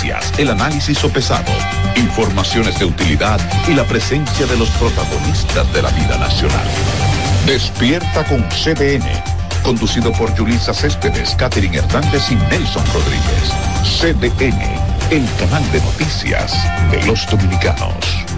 noticias, el análisis sopesado, informaciones de utilidad y la presencia de los protagonistas de la vida nacional. Despierta con CDN, conducido por Yulisa Céspedes, Catherine Hernández y Nelson Rodríguez. CDN, el canal de noticias de los dominicanos.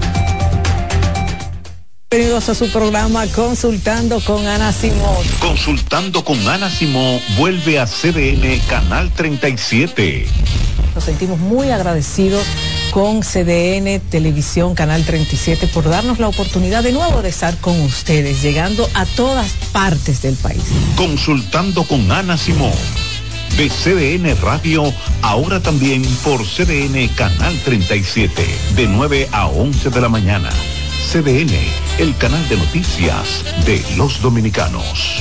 Bienvenidos a su programa Consultando con Ana Simón. Consultando con Ana Simón vuelve a CDN Canal 37. Nos sentimos muy agradecidos con CDN Televisión Canal 37 por darnos la oportunidad de nuevo de estar con ustedes, llegando a todas partes del país. Consultando con Ana Simón, de CDN Radio, ahora también por CDN Canal 37, de 9 a 11 de la mañana. CDN, el canal de noticias de los dominicanos.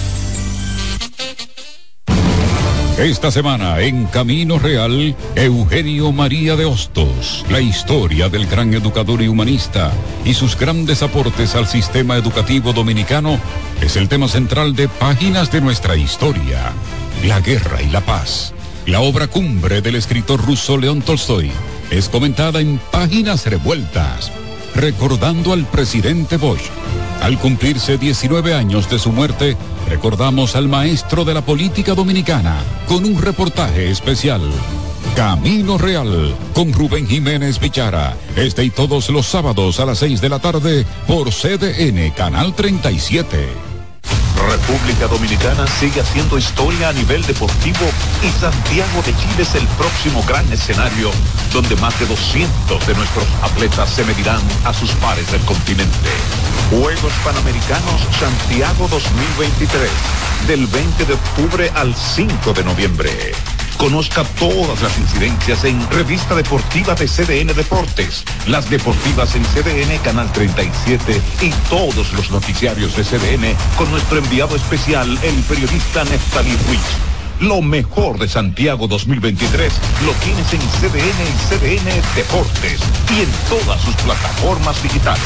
Esta semana en Camino Real, Eugenio María de Hostos, la historia del gran educador y humanista y sus grandes aportes al sistema educativo dominicano es el tema central de Páginas de nuestra historia. La guerra y la paz, la obra cumbre del escritor ruso León Tolstoy, es comentada en Páginas Revueltas, recordando al presidente Bosch. Al cumplirse 19 años de su muerte, recordamos al maestro de la política dominicana con un reportaje especial. Camino Real, con Rubén Jiménez Bichara, este y todos los sábados a las 6 de la tarde por CDN Canal 37. República Dominicana sigue haciendo historia a nivel deportivo y Santiago de Chile es el próximo gran escenario donde más de 200 de nuestros atletas se medirán a sus pares del continente. Juegos Panamericanos Santiago 2023, del 20 de octubre al 5 de noviembre. Conozca todas las incidencias en Revista Deportiva de CDN Deportes, las deportivas en CDN Canal 37 y todos los noticiarios de CDN con nuestro enviado especial, el periodista Neftalí Ruiz. Lo mejor de Santiago 2023 lo tienes en CDN y CDN Deportes y en todas sus plataformas digitales.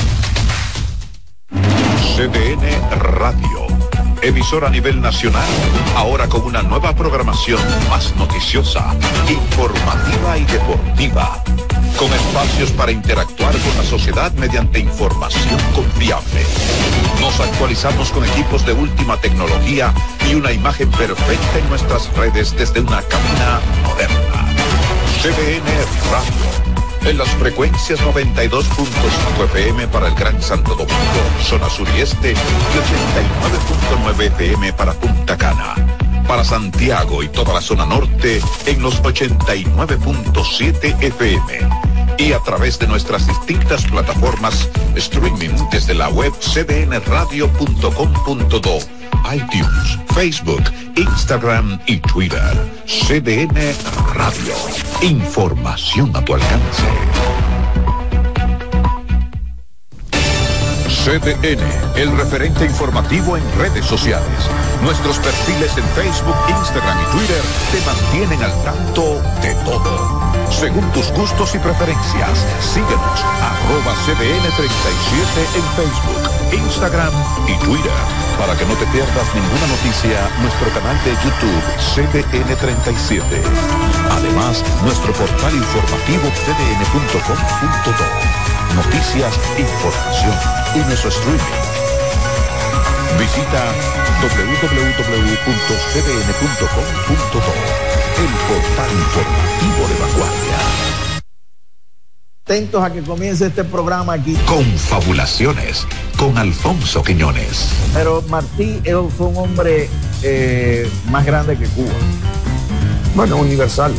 CDN Radio, emisora a nivel nacional, ahora con una nueva programación más noticiosa, informativa y deportiva, con espacios para interactuar con la sociedad mediante información confiable. Nos actualizamos con equipos de última tecnología y una imagen perfecta en nuestras redes desde una cabina moderna. CDN Radio, en las frecuencias 92.5 FM para el Gran Santo Domingo, zona sur y este, y 89.9 FM para Punta Cana. Para Santiago y toda la zona norte en los 89.7 FM. Y a través de nuestras distintas plataformas streaming desde la web cdnradio.com.do, iTunes, Facebook, Instagram y Twitter. CDN Radio. Información a tu alcance. CDN, el referente informativo en redes sociales. Nuestros perfiles en Facebook, Instagram y Twitter te mantienen al tanto de todo. Según tus gustos y preferencias, síguenos @CDN37 en Facebook, Instagram y Twitter. Para que no te pierdas ninguna noticia, nuestro canal de YouTube CDN37. Además, nuestro portal informativo cdn.com.do. Noticias, información y nuestro streaming. Visita www.cdn.com.do, el portal informativo de Vanguardia. Atentos a que comience este programa aquí. Confabulaciones con Alfonso Quiñones. Pero Martí fue un hombre más grande que Cuba. Bueno, universal.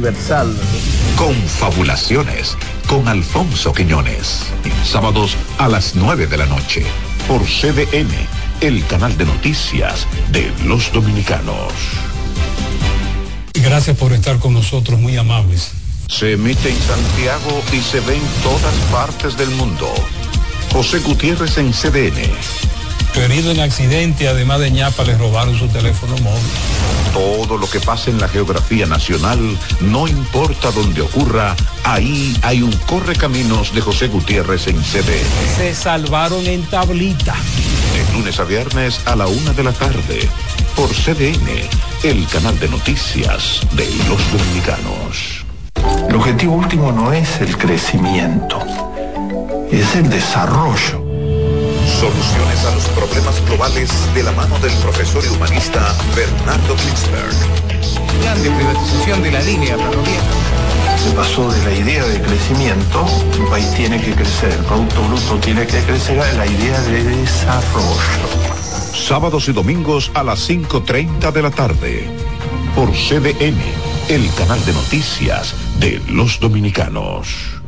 Confabulaciones con Alfonso Quiñones. Sábados a las 9 de la noche por CDN, el canal de noticias de los dominicanos. Gracias por estar con nosotros, muy amables. Se emite en Santiago y se ve en todas partes del mundo. José Gutiérrez en CDN. Herido en accidente, además de ñapa, le robaron su teléfono móvil. Todo lo que pasa en la geografía nacional, no importa dónde ocurra, ahí hay un correcaminos de José Gutiérrez en CDN. Se salvaron en tablita. De lunes a viernes a la 1 de la tarde, por CDN, el canal de noticias de los dominicanos. objetivo último no es el crecimiento, es el desarrollo. Soluciones a los problemas globales de la mano del profesor y humanista Bernardo Klinsberg. Plan de privatización de la línea ferroviaria. Se pasó de la idea de crecimiento, un país tiene que crecer, el Producto Bruto tiene que crecer, a la idea de desarrollo. Sábados y domingos a las 5:30 de la tarde. Por CDN, el canal de noticias de los dominicanos.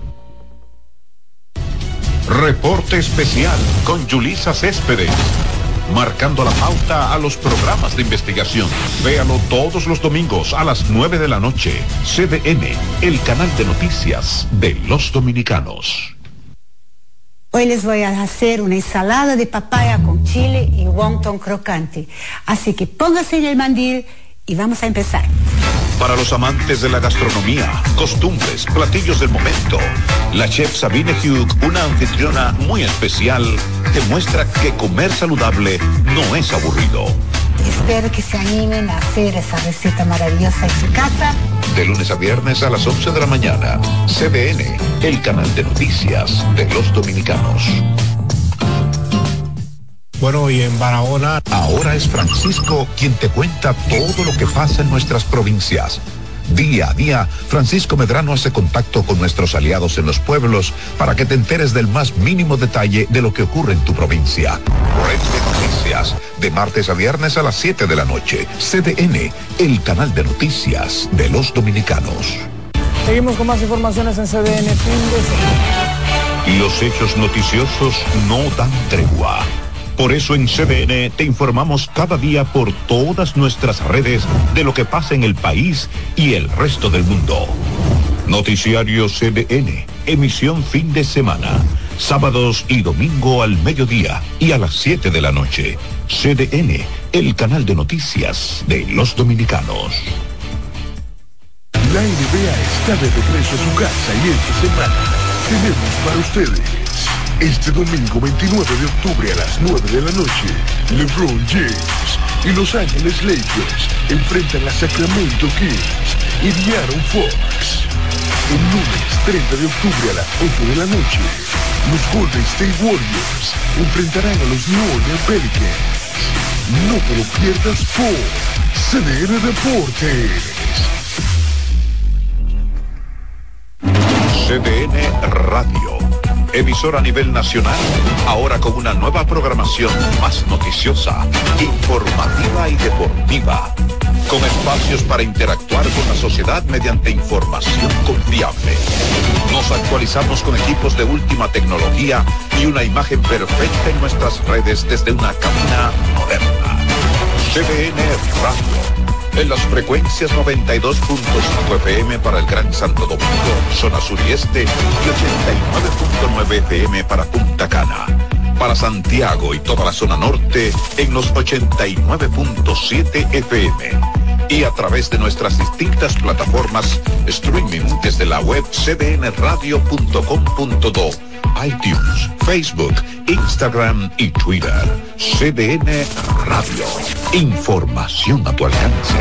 Reporte especial con Yulisa Céspedes. Marcando la pauta a los programas de investigación. Véalo todos los domingos a las 9 de la noche. CDN, el canal de noticias de los dominicanos. Hoy les voy a hacer una ensalada de papaya con chile y wonton crocante. Así que póngase en el mandil y vamos a empezar. Para los amantes de la gastronomía, costumbres, platillos del momento, la chef Sabine Hugh, una anfitriona muy especial, te muestra que comer saludable no es aburrido. Espero que se animen a hacer esa receta maravillosa en su casa. De lunes a viernes a las 11 de la mañana, CDN, el canal de noticias de los dominicanos. Bueno, y en Barahona... Ahora es Francisco quien te cuenta todo lo que pasa en nuestras provincias. Día a día, Francisco Medrano hace contacto con nuestros aliados en los pueblos para que te enteres del más mínimo detalle de lo que ocurre en tu provincia. Red de Noticias, de martes a viernes a las 7 de la noche. CDN, el canal de noticias de los dominicanos. Seguimos con más informaciones en CDN Fin de Semana. Los hechos noticiosos no dan tregua. Por eso en CDN te informamos cada día por todas nuestras redes de lo que pasa en el país y el resto del mundo. Noticiario CDN, emisión fin de semana, sábados y domingo al mediodía y a las 7 de la noche. CDN, el canal de noticias de los dominicanos. La NBA está de regreso a su casa y esta semana tenemos para ustedes. Este domingo 29 de octubre a las 9 de la noche, LeBron James y Los Ángeles Lakers enfrentan a Sacramento Kings y De'Aaron Fox. El lunes 30 de octubre a las 8 de la noche, los Golden State Warriors enfrentarán a los New Orleans Pelicans. No te lo pierdas por CDN Deportes. CDN Radio, emisora a nivel nacional, ahora con una nueva programación más noticiosa, informativa y deportiva, con espacios para interactuar con la sociedad mediante información confiable. Nos actualizamos con equipos de última tecnología y una imagen perfecta en nuestras redes desde una cabina moderna. CDN Radio. En las frecuencias 92.5 FM para el Gran Santo Domingo, zona sur y este, y 89.9 FM para Punta Cana. Para Santiago y toda la zona norte, en los 89.7 FM. Y a través de nuestras distintas plataformas, streaming desde la web cdnradio.com.do, iTunes, Facebook, Instagram y Twitter. CDN Radio. Información a tu alcance.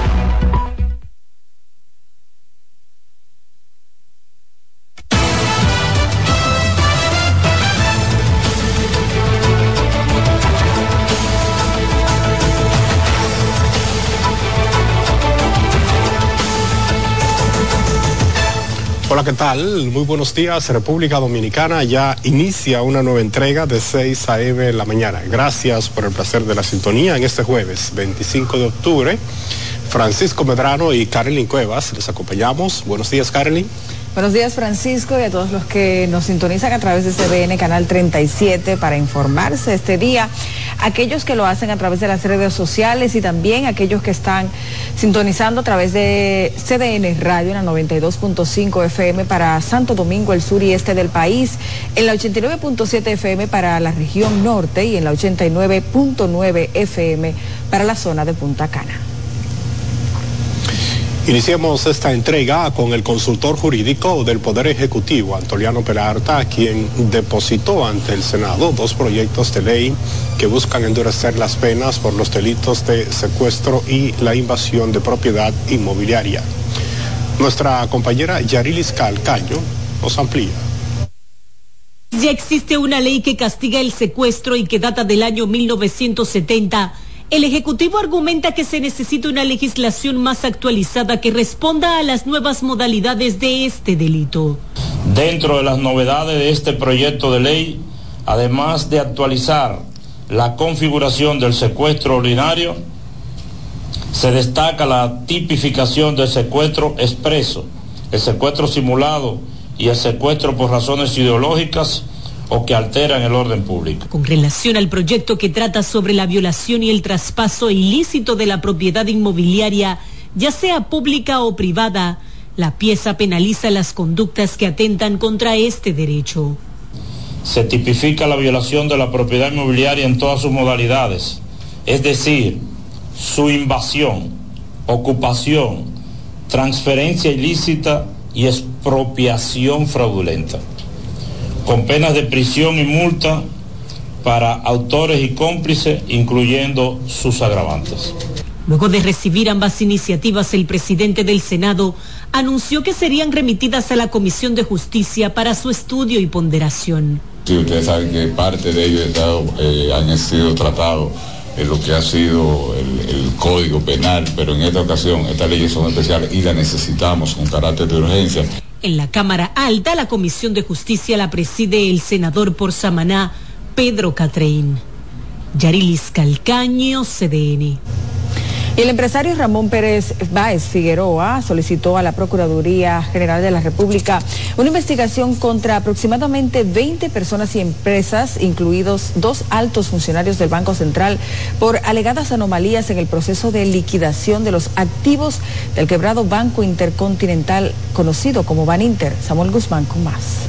Hola, ¿qué tal? Muy buenos días, República Dominicana. Ya inicia una nueva entrega de 6 a.m. en la mañana. Gracias por el placer de la sintonía en este jueves 25 de octubre. Francisco Medrano y Carolyn Cuevas les acompañamos. Buenos días, Carolyn. Buenos días, Francisco, y a todos los que nos sintonizan a través de CDN Canal 37 para informarse este día. Aquellos que lo hacen a través de las redes sociales y también aquellos que están sintonizando a través de CDN Radio en la 92.5 FM para Santo Domingo, el sur y este del país, en la 89.7 FM para la región norte y en la 89.9 FM para la zona de Punta Cana. Iniciemos esta entrega con el consultor jurídico del Poder Ejecutivo, Antoliano Peralta, quien depositó ante el Senado 2 proyectos de ley que buscan endurecer las penas por los delitos de secuestro y la invasión de propiedad inmobiliaria. Nuestra compañera Yarilis Calcaño nos amplía. Ya existe una ley que castiga el secuestro y que data del año 1970. El Ejecutivo argumenta que se necesita una legislación más actualizada que responda a las nuevas modalidades de este delito. Dentro de las novedades de este proyecto de ley, además de actualizar la configuración del secuestro ordinario, se destaca la tipificación del secuestro expreso, el secuestro simulado y el secuestro por razones ideológicas o que alteran el orden público. Con relación al proyecto que trata sobre la violación y el traspaso ilícito de la propiedad inmobiliaria, ya sea pública o privada, la pieza penaliza las conductas que atentan contra este derecho. Se tipifica la violación de la propiedad inmobiliaria en todas sus modalidades, es decir, su invasión, ocupación, transferencia ilícita y expropiación fraudulenta, con penas de prisión y multa para autores y cómplices, incluyendo sus agravantes. Luego de recibir ambas iniciativas, el presidente del Senado anunció que serían remitidas a la Comisión de Justicia para su estudio y ponderación. Sí, ustedes saben que parte de ellos han sido tratados en lo que ha sido el Código Penal, pero en esta ocasión estas leyes son especiales y las necesitamos con carácter de urgencia. En la Cámara Alta, la Comisión de Justicia la preside el senador por Samaná, Pedro Catrein. Yarilis Calcaño, CDN. Y el empresario Ramón Pérez Báez Figueroa solicitó a la Procuraduría General de la República una investigación contra aproximadamente 20 personas y empresas, incluidos 2 altos funcionarios del Banco Central, por alegadas anomalías en el proceso de liquidación de los activos del quebrado Banco Intercontinental, conocido como Baninter. Samuel Guzmán con más.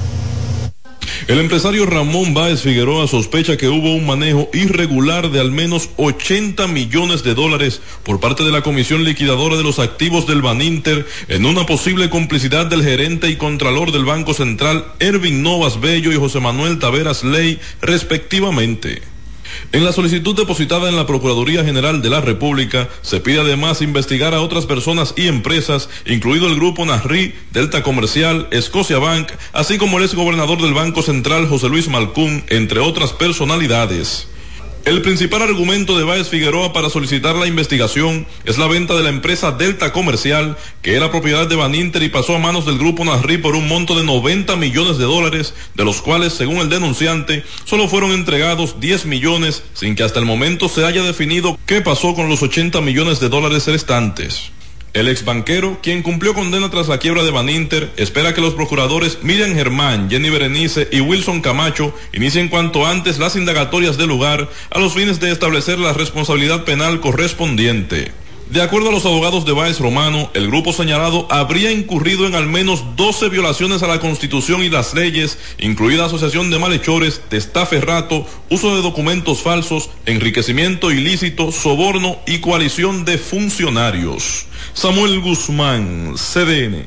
El empresario Ramón Báez Figueroa sospecha que hubo un manejo irregular de al menos $80 millones por parte de la Comisión Liquidadora de los Activos del Baninter en una posible complicidad del gerente y contralor del Banco Central, Ervin Novas Bello y José Manuel Taveras Ley, respectivamente. En la solicitud depositada en la Procuraduría General de la República, se pide además investigar a otras personas y empresas, incluido el Grupo Nasri, Delta Comercial, Scotiabank, así como el exgobernador del Banco Central, José Luis Malcún, entre otras personalidades. El principal argumento de Báez Figueroa para solicitar la investigación es la venta de la empresa Delta Comercial, que era propiedad de Baninter y pasó a manos del Grupo Nasri por un monto de $90 millones, de los cuales, según el denunciante, solo fueron entregados $10 millones, sin que hasta el momento se haya definido qué pasó con los $80 millones restantes. El exbanquero, quien cumplió condena tras la quiebra de Baninter, espera que los procuradores Miriam Germán, Jenny Berenice y Wilson Camacho inicien cuanto antes las indagatorias del lugar a los fines de establecer la responsabilidad penal correspondiente. De acuerdo a los abogados de Báez Romano, el grupo señalado habría incurrido en al menos 12 violaciones a la Constitución y las leyes, incluida asociación de malhechores, testaferrato, uso de documentos falsos, enriquecimiento ilícito, soborno y coalición de funcionarios. Samuel Guzmán, CDN.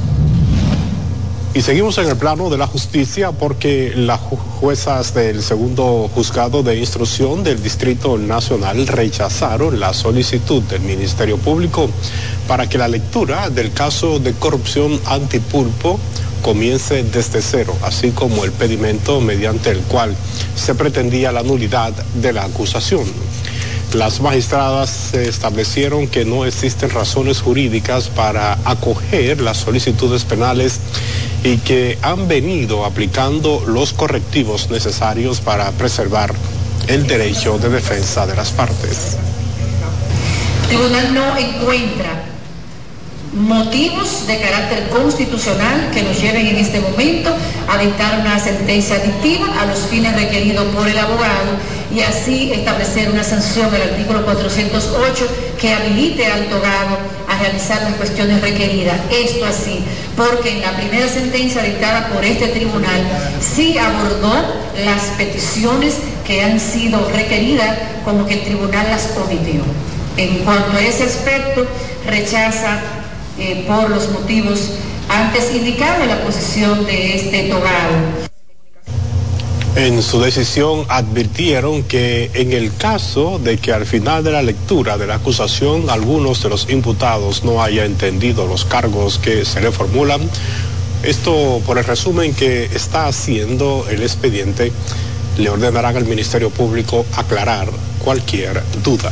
Y seguimos en el plano de la justicia porque las juezas del segundo juzgado de instrucción del Distrito Nacional rechazaron la solicitud del Ministerio Público para que la lectura del caso de corrupción Antipulpo comience desde cero, así como el pedimento mediante el cual se pretendía la nulidad de la acusación. Las magistradas establecieron que no existen razones jurídicas para acoger las solicitudes penales y que han venido aplicando los correctivos necesarios para preservar el derecho de defensa de las partes. El tribunal no encuentra motivos de carácter constitucional que nos lleven en este momento a dictar una sentencia adictiva a los fines requeridos por el abogado y así establecer una sanción del artículo 408 que habilite al togado a realizar las cuestiones requeridas. Esto así, porque en la primera sentencia dictada por este tribunal sí abordó las peticiones que han sido requeridas, como que el tribunal las omitió. En cuanto a ese aspecto, rechaza por los motivos antes indicados en la posición de este togado. En su decisión advirtieron que en el caso de que al final de la lectura de la acusación algunos de los imputados no haya entendido los cargos que se le formulan, esto por el resumen que está haciendo el expediente, le ordenarán al Ministerio Público aclarar cualquier duda.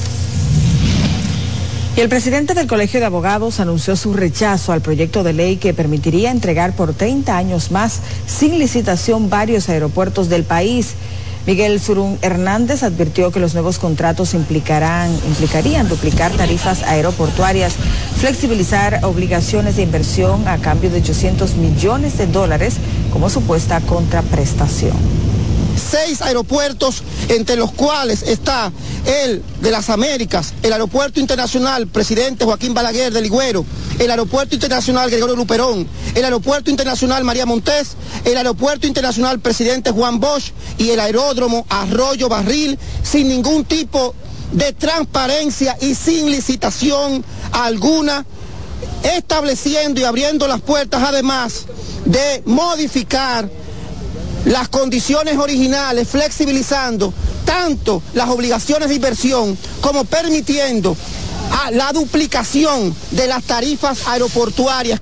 Y el presidente del Colegio de Abogados anunció su rechazo al proyecto de ley que permitiría entregar por 30 años más sin licitación varios aeropuertos del país. Miguel Zurún Hernández advirtió que los nuevos contratos implicarían duplicar tarifas aeroportuarias, flexibilizar obligaciones de inversión a cambio de $800 millones como supuesta contraprestación. 6 aeropuertos, entre los cuales está el de las Américas, el Aeropuerto Internacional Presidente Joaquín Balaguer de Ligüero, el Aeropuerto Internacional Gregorio Luperón, el Aeropuerto Internacional María Montés, el Aeropuerto Internacional Presidente Juan Bosch y el Aeródromo Arroyo Barril, sin ningún tipo de transparencia y sin licitación alguna, estableciendo y abriendo las puertas además de modificar las condiciones originales, flexibilizando tanto las obligaciones de inversión como permitiendo la duplicación de las tarifas aeroportuarias.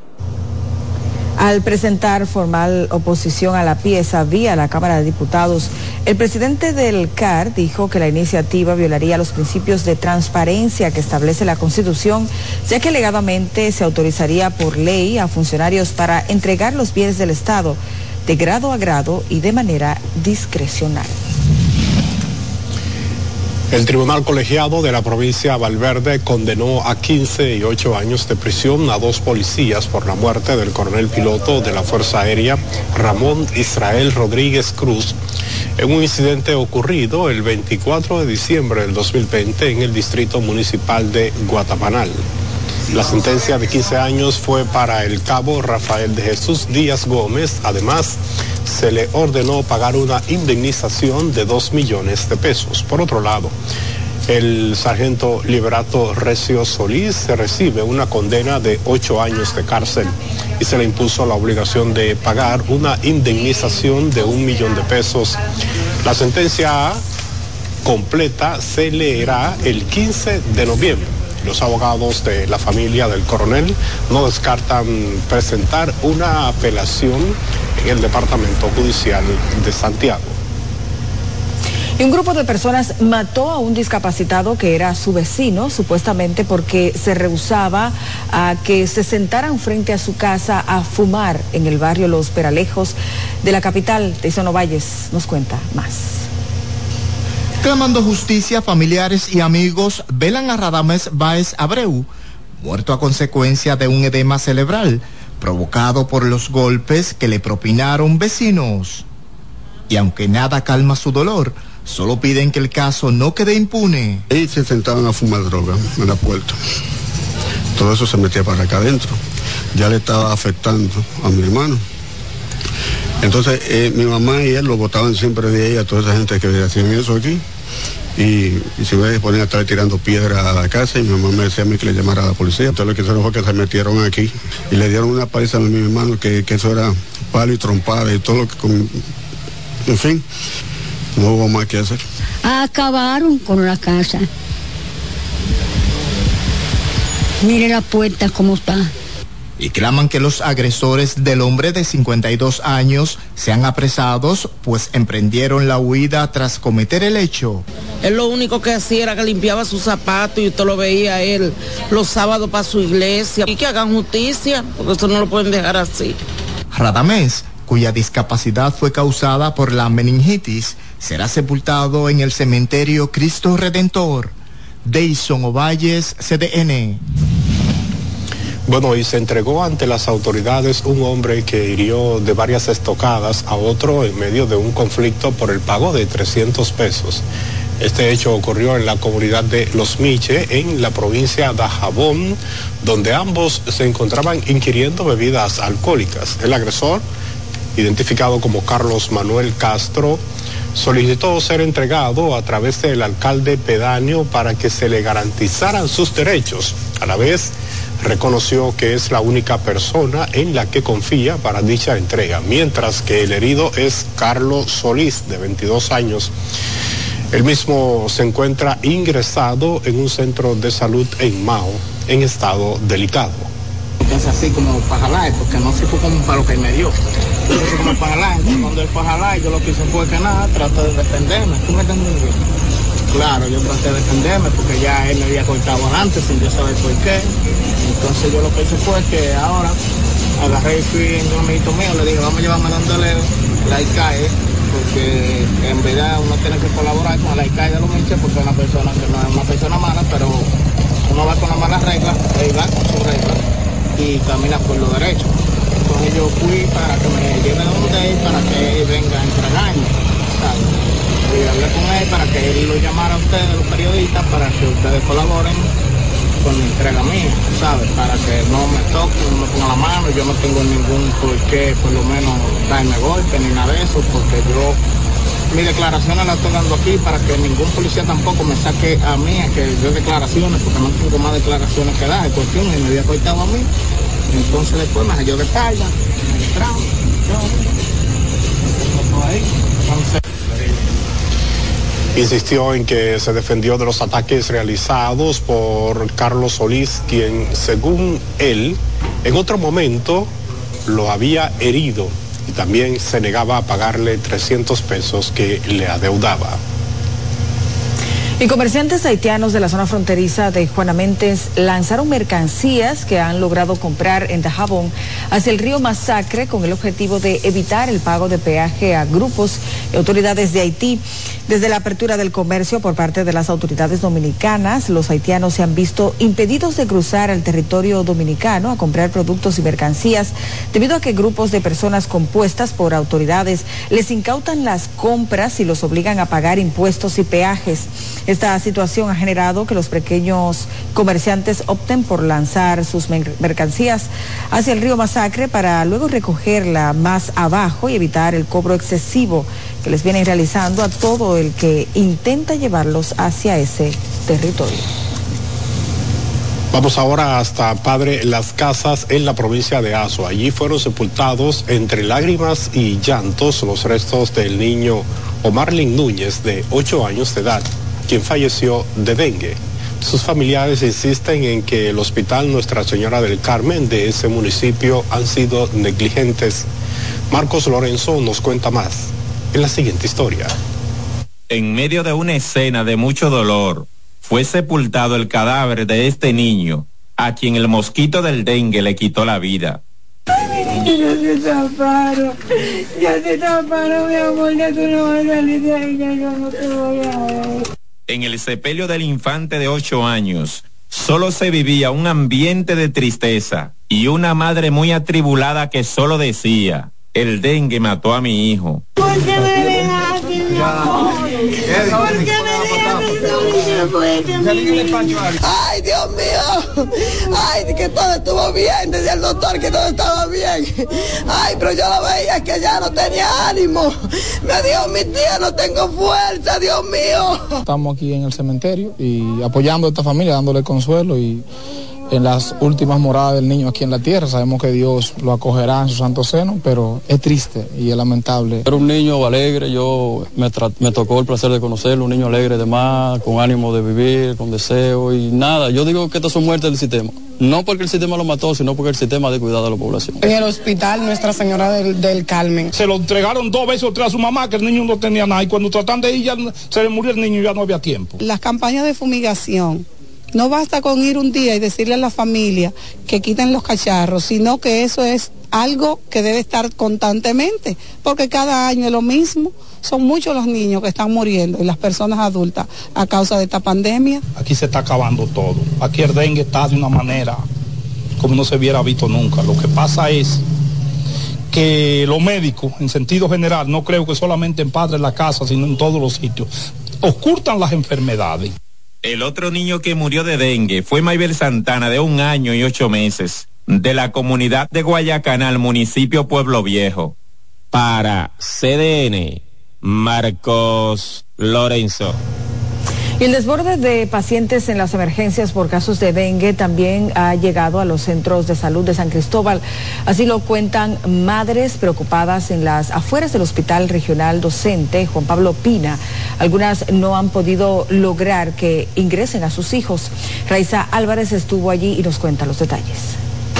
Al presentar formal oposición a la pieza vía la Cámara de Diputados, el presidente del CAR dijo que la iniciativa violaría los principios de transparencia que establece la Constitución, ya que alegadamente se autorizaría por ley a funcionarios para entregar los bienes del Estado de grado a grado y de manera discrecional. El Tribunal Colegiado de la provincia de Valverde condenó a 15 y 8 años de prisión a 2 policías por la muerte del coronel piloto de la Fuerza Aérea, Ramón Israel Rodríguez Cruz, en un incidente ocurrido el 24 de diciembre del 2020 en el distrito municipal de Guatamanal. La sentencia de 15 años fue para el cabo Rafael de Jesús Díaz Gómez. Además, se le ordenó pagar una indemnización de 2 millones de pesos. Por otro lado, el sargento Liberato Recio Solís se recibe una condena de 8 años de cárcel y se le impuso la obligación de pagar una indemnización de 1 millón de pesos. La sentencia completa se leerá el 15 de noviembre. Los abogados de la familia del coronel no descartan presentar una apelación en el Departamento Judicial de Santiago. Y un grupo de personas mató a un discapacitado que era su vecino, supuestamente porque se rehusaba a que se sentaran frente a su casa a fumar en el barrio Los Peralejos de la capital. Tyson Ovalles nos cuenta más. Clamando justicia, familiares y amigos velan a Radamés Báez Abreu, muerto a consecuencia de un edema cerebral provocado por los golpes que le propinaron vecinos. Y aunque nada calma su dolor, solo piden que el caso no quede impune. Ellos se sentaban a fumar droga en la puerta. Todo eso se metía para acá adentro. Ya le estaba afectando a mi hermano. Entonces mi mamá y él lo botaban siempre de ella, toda esa gente que hacían eso aquí, y se me ponían a estar tirando piedra a la casa, y mi mamá me decía a mí que le llamara a la policía. Entonces lo que hicieron fue que se metieron aquí y le dieron una paliza a mi hermano, que eso era palo y trompada y todo lo que en fin, no hubo más que hacer. Acabaron con la casa. Mire la puerta cómo está. Y claman que los agresores del hombre de 52 años sean apresados, pues emprendieron la huida tras cometer el hecho. Él lo único que hacía era que limpiaba sus zapatos y usted lo veía él los sábados para su iglesia. Y que hagan justicia, porque eso no lo pueden dejar así. Radamés, cuya discapacidad fue causada por la meningitis, será sepultado en el cementerio Cristo Redentor. Tyson Ovalles, CDN. Bueno, y se entregó ante las autoridades un hombre que hirió de varias estocadas a otro en medio de un conflicto por el pago de 300 pesos. Este hecho ocurrió en la comunidad de Los Miche, en la provincia de Dajabón, donde ambos se encontraban ingiriendo bebidas alcohólicas. El agresor, identificado como Carlos Manuel Castro, solicitó ser entregado a través del alcalde pedáneo para que se le garantizaran sus derechos. A la vez, reconoció que es la única persona en la que confía para dicha entrega, mientras que el herido es Carlos Solís, de 22 años. El mismo se encuentra ingresado en un centro de salud en Mao, en estado delicado. Es así como para jalar, porque no se fue como para lo que me dio. Entonces como para jalar, entonces cuando él fue a jalar, yo lo que hice fue que nada, traté de defenderme. ¿Tú me entiendes? Claro, yo traté de defenderme porque ya él me había cortado antes sin yo saber por qué. Entonces yo lo que hice fue que ahora agarré y fui en un amiguito mío, le dije, vamos a llevarme dándole la ICAE, porque en verdad uno tiene que colaborar con la ICAE de los Miches, porque es una persona que no es una persona mala, pero uno va con las malas reglas, él va con sus reglas y camina por lo derecho. Entonces yo fui para que me lleven donde él, para que él venga a entregarme, ¿sabes? Y hablé con él para que él lo llamara a ustedes, los periodistas, para que ustedes colaboren con la entrega mía, ¿sabes? Para que no me toquen, no me pongan la mano, yo no tengo ningún por qué, por lo menos, darme golpe ni nada de eso, porque yo, mis declaraciones las estoy dando aquí para que ningún policía tampoco me saque a mí a que yo declaraciones, porque no tengo más declaraciones que dar, por fin, y me había cortado a mí. Entonces después me halló de espalda, me entraron, Insistió en que se defendió de los ataques realizados por Carlos Solís, quien, según él, en otro momento lo había herido y también se negaba a pagarle 300 pesos que le adeudaba. Y comerciantes haitianos de la zona fronteriza de Juana Méndez lanzaron mercancías que han logrado comprar en Dajabón hacia el río Masacre con el objetivo de evitar el pago de peaje a grupos y autoridades de Haití. Desde la apertura del comercio por parte de las autoridades dominicanas, los haitianos se han visto impedidos de cruzar al territorio dominicano a comprar productos y mercancías debido a que grupos de personas compuestas por autoridades les incautan las compras y los obligan a pagar impuestos y peajes. Esta situación ha generado que los pequeños comerciantes opten por lanzar sus mercancías hacia el río Masacre para luego recogerla más abajo y evitar el cobro excesivo que les vienen realizando a todo el que intenta llevarlos hacia ese territorio. Vamos ahora hasta Padre Las Casas en la provincia de Azua. Allí fueron sepultados entre lágrimas y llantos los restos del niño Omarlin Núñez, de 8 años de edad, quien falleció de dengue. Sus familiares insisten en que el hospital Nuestra Señora del Carmen de ese municipio han sido negligentes. Marcos Lorenzo nos cuenta más en la siguiente historia. En medio de una escena de mucho dolor, fue sepultado el cadáver de este niño, a quien el mosquito del dengue le quitó la vida. Ya te taparon, mi amor, ya tú no vas a salir de ahí, ya yo no te voy a ver. En el sepelio del infante de 8 años, solo se vivía un ambiente de tristeza y una madre muy atribulada que solo decía: el dengue mató a mi hijo. ¿Por qué me dejaste, mi amor? ¿Por qué me dejaste? Ay, Dios mío. Ay, que todo estuvo bien. Decía el doctor que todo estaba bien. Ay, pero yo lo veía que ya no tenía ánimo. Me dijo mi tía, no tengo fuerza, Dios mío. Estamos aquí en el cementerio y apoyando a esta familia, dándole consuelo y en las últimas moradas del niño aquí en la tierra. Sabemos que Dios lo acogerá en su santo seno, pero es triste y es lamentable. Era un niño alegre, yo me tocó el placer de conocerlo, un niño alegre de más, con ánimo de vivir, con deseo y nada. Yo digo que estas son muertes del sistema. No porque el sistema lo mató, sino porque el sistema ha descuidado a la población. En el hospital Nuestra Señora del Carmen. Se lo entregaron 2 veces o 3 a su mamá, que el niño no tenía nada, y cuando tratan de ir ya se le murió el niño y ya no había tiempo. Las campañas de fumigación. No basta con ir un día y decirle a la familia que quiten los cacharros, sino que eso es algo que debe estar constantemente, porque cada año es lo mismo. Son muchos los niños que están muriendo y las personas adultas a causa de esta pandemia. Aquí se está acabando todo. Aquí el dengue está de una manera como no se hubiera visto nunca. Lo que pasa es que los médicos, en sentido general, no creo que solamente en Padre Las Casas, sino en todos los sitios, ocultan las enfermedades. El otro niño que murió de dengue fue Maybel Santana, de 1 año y 8 meses, de la comunidad de Guayacanal, municipio Pueblo Viejo. Para CDN, Marcos Lorenzo. Y el desborde de pacientes en las emergencias por casos de dengue también ha llegado a los centros de salud de San Cristóbal. Así lo cuentan madres preocupadas en las afueras del Hospital Regional Docente Juan Pablo Pina. Algunas no han podido lograr que ingresen a sus hijos. Raiza Álvarez estuvo allí y nos cuenta los detalles.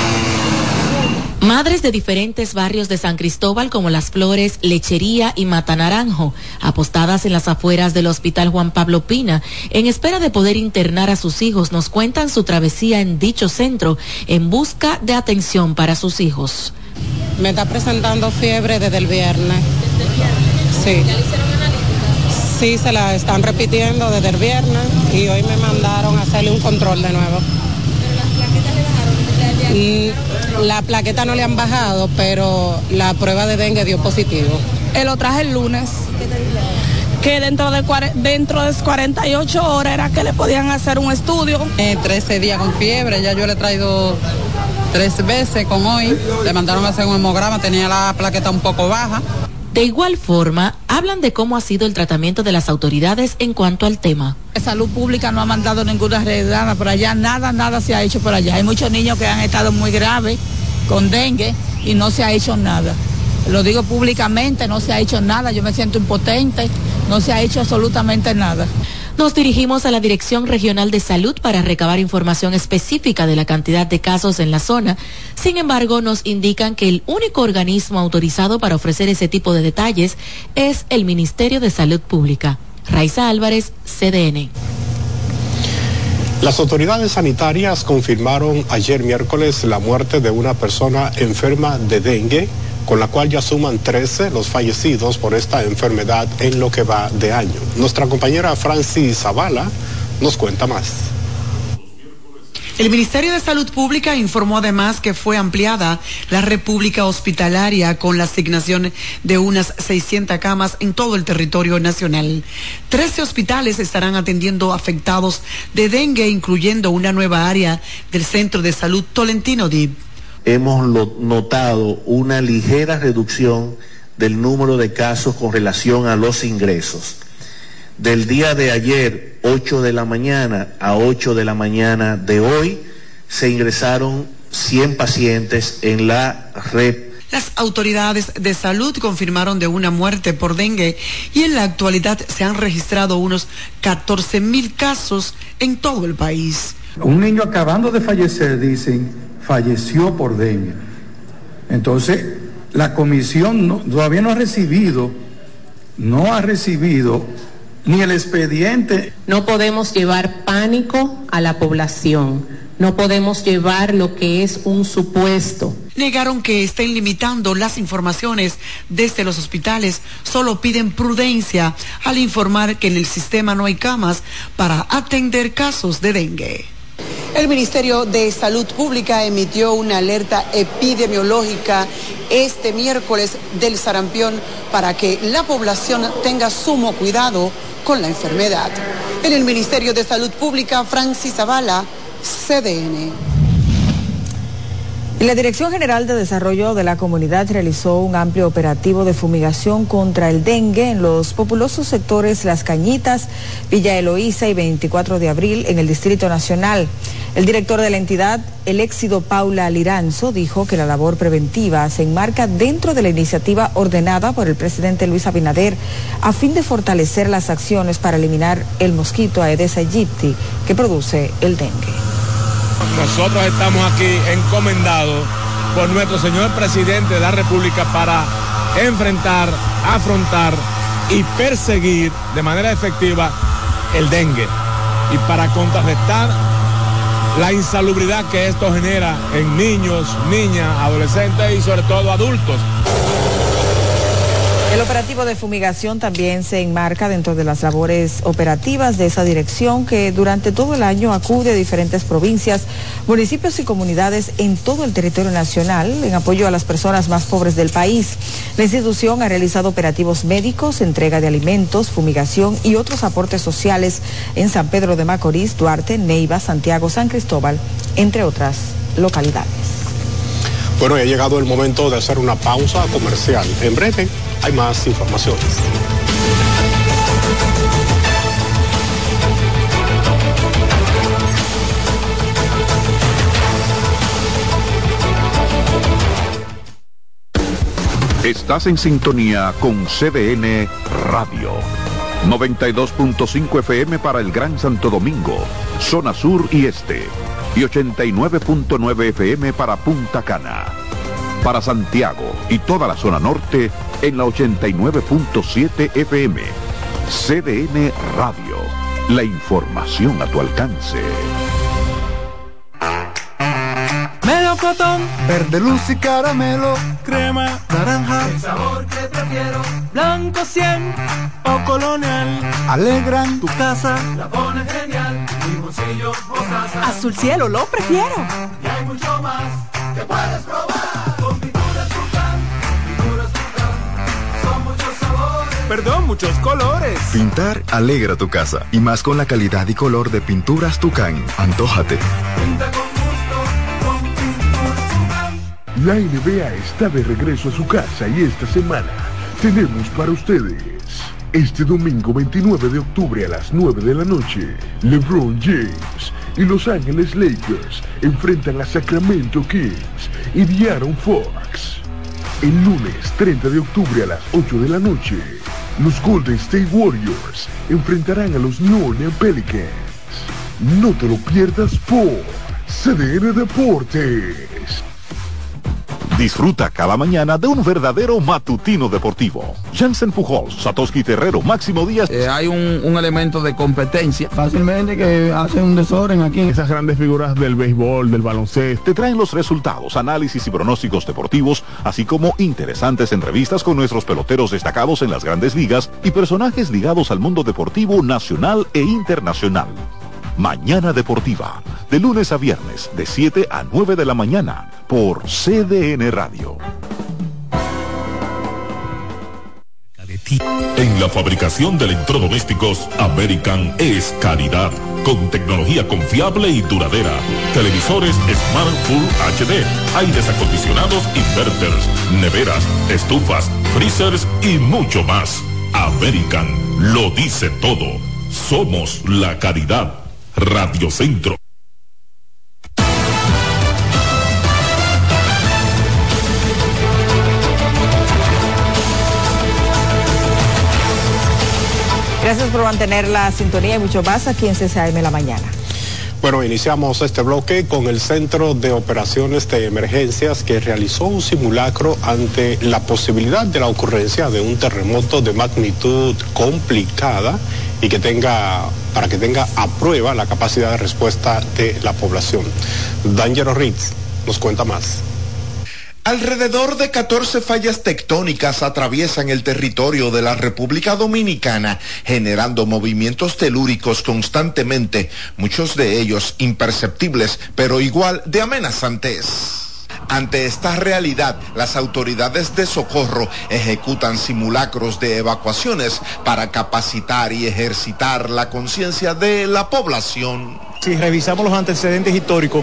Madres de diferentes barrios de San Cristóbal como Las Flores, Lechería y Mata Naranjo, apostadas en las afueras del Hospital Juan Pablo Pina, en espera de poder internar a sus hijos, nos cuentan su travesía en dicho centro en busca de atención para sus hijos. Me está presentando fiebre desde el viernes. Sí. ¿Ya le hicieron analítica? Sí, se la están repitiendo desde el viernes y hoy me mandaron a hacerle un control de nuevo. La plaqueta no le han bajado, pero la prueba de dengue dio positivo. Lo traje el lunes. ¿Qué te dijeron? Que dentro de 48 horas era que le podían hacer un estudio. 13 días con fiebre, ya yo le he traído 3 veces con hoy. Le mandaron a hacer un hemograma, tenía la plaqueta un poco baja. De igual forma, hablan de cómo ha sido el tratamiento de las autoridades en cuanto al tema. Salud Pública no ha mandado ninguna redada por allá, nada se ha hecho por allá. Hay muchos niños que han estado muy graves con dengue y no se ha hecho nada. Lo digo públicamente, no se ha hecho nada, yo me siento impotente, no se ha hecho absolutamente nada. Nos dirigimos a la Dirección Regional de Salud para recabar información específica de la cantidad de casos en la zona. Sin embargo, nos indican que el único organismo autorizado para ofrecer ese tipo de detalles es el Ministerio de Salud Pública. Raiza Álvarez, CDN. Las autoridades sanitarias confirmaron ayer miércoles la muerte de una persona enferma de dengue, con la cual ya suman 13 los fallecidos por esta enfermedad en lo que va de año. Nuestra compañera Francis Zavala nos cuenta más. El Ministerio de Salud Pública informó además que fue ampliada la república hospitalaria con la asignación de unas 600 camas en todo el territorio nacional. 13 hospitales estarán atendiendo afectados de dengue, incluyendo una nueva área del Centro de Salud Tolentino Dib. Hemos notado una ligera reducción del número de casos con relación a los ingresos. Del día de ayer, 8 de la mañana a 8 de la mañana de hoy, se ingresaron 100 pacientes en la red. Las autoridades de salud confirmaron de una muerte por dengue y en la actualidad se han registrado unos 14.000 casos en todo el país. Un niño acabando de fallecer, dicen, falleció por dengue. Entonces, la comisión todavía no ha recibido ni el expediente. No podemos llevar pánico a la población, no podemos llevar lo que es un supuesto. Negaron que estén limitando las informaciones desde los hospitales, solo piden prudencia al informar que en el sistema no hay camas para atender casos de dengue. El Ministerio de Salud Pública emitió una alerta epidemiológica este miércoles del sarampión para que la población tenga sumo cuidado con la enfermedad. En el Ministerio de Salud Pública, Francis Zavala, CDN. La Dirección General de Desarrollo de la Comunidad realizó un amplio operativo de fumigación contra el dengue en los populosos sectores Las Cañitas, Villa Eloísa y 24 de abril en el Distrito Nacional. El director de la entidad, el Éxodo Paula Liranzo, dijo que la labor preventiva se enmarca dentro de la iniciativa ordenada por el presidente Luis Abinader a fin de fortalecer las acciones para eliminar el mosquito Aedes aegypti que produce el dengue. Nosotros estamos aquí encomendados por nuestro señor presidente de la República para enfrentar, afrontar y perseguir de manera efectiva el dengue y para contrarrestar la insalubridad que esto genera en niños, niñas, adolescentes y sobre todo adultos. El operativo de fumigación también se enmarca dentro de las labores operativas de esa dirección que durante todo el año acude a diferentes provincias, municipios y comunidades en todo el territorio nacional en apoyo a las personas más pobres del país. La institución ha realizado operativos médicos, entrega de alimentos, fumigación y otros aportes sociales en San Pedro de Macorís, Duarte, Neiva, Santiago, San Cristóbal, entre otras localidades. Bueno, ha llegado el momento de hacer una pausa comercial. En breve hay más informaciones. Estás en sintonía con CDN Radio. 92.5 FM para el Gran Santo Domingo, zona sur y este. Y 89.9 FM para Punta Cana. Para Santiago y toda la zona norte en la 89.7 FM. CDN Radio. La información a tu alcance. Melocotón, verde luz y caramelo, crema, naranja, el sabor que prefiero, blanco 100 o colonial, alegran tu casa, la pones genial, mi bolsillo o casa, azul cielo lo prefiero, y hay mucho más que puedes probar, con pinturas Tucán, son muchos sabores, perdón, muchos colores. Pintar alegra tu casa, y más con la calidad y color de Pinturas Tucán. Antójate. Pinta con La NBA está de regreso a su casa y esta semana tenemos para ustedes. Este domingo 29 de octubre a las 9 de la noche, LeBron James y Los Ángeles Lakers enfrentan a Sacramento Kings y De'Aaron Fox. El lunes 30 de octubre a las 8 de la noche, los Golden State Warriors enfrentarán a los New Orleans Pelicans. No te lo pierdas por CDN Deportes. Disfruta cada mañana de un verdadero matutino deportivo. Jansen Pujols, Satoshi Terrero, Máximo Díaz. Hay un elemento de competencia. Fácilmente que hacen un desorden aquí. Esas grandes figuras del béisbol, del baloncesto. Te traen los resultados, análisis y pronósticos deportivos, así como interesantes entrevistas con nuestros peloteros destacados en las grandes ligas y personajes ligados al mundo deportivo nacional e internacional. Mañana Deportiva, de lunes a viernes, de 7 a 9 de la mañana, por CDN Radio. En la fabricación de electrodomésticos, American es calidad, con tecnología confiable y duradera. Televisores Smart Full HD, aires acondicionados, inverters, neveras, estufas, freezers y mucho más. American lo dice todo. Somos la calidad. Radio Centro. Gracias por mantener la sintonía y mucho más aquí en CCAM La Mañana. Bueno, iniciamos este bloque con el Centro de Operaciones de Emergencias que realizó un simulacro ante la posibilidad de la ocurrencia de un terremoto de magnitud complicada y para que tenga a prueba la capacidad de respuesta de la población. D'Angelo Ritz nos cuenta más. Alrededor de 14 fallas tectónicas atraviesan el territorio de la República Dominicana, generando movimientos telúricos constantemente, muchos de ellos imperceptibles, pero igual de amenazantes. Ante esta realidad, las autoridades de socorro ejecutan simulacros de evacuaciones para capacitar y ejercitar la conciencia de la población. Si revisamos los antecedentes históricos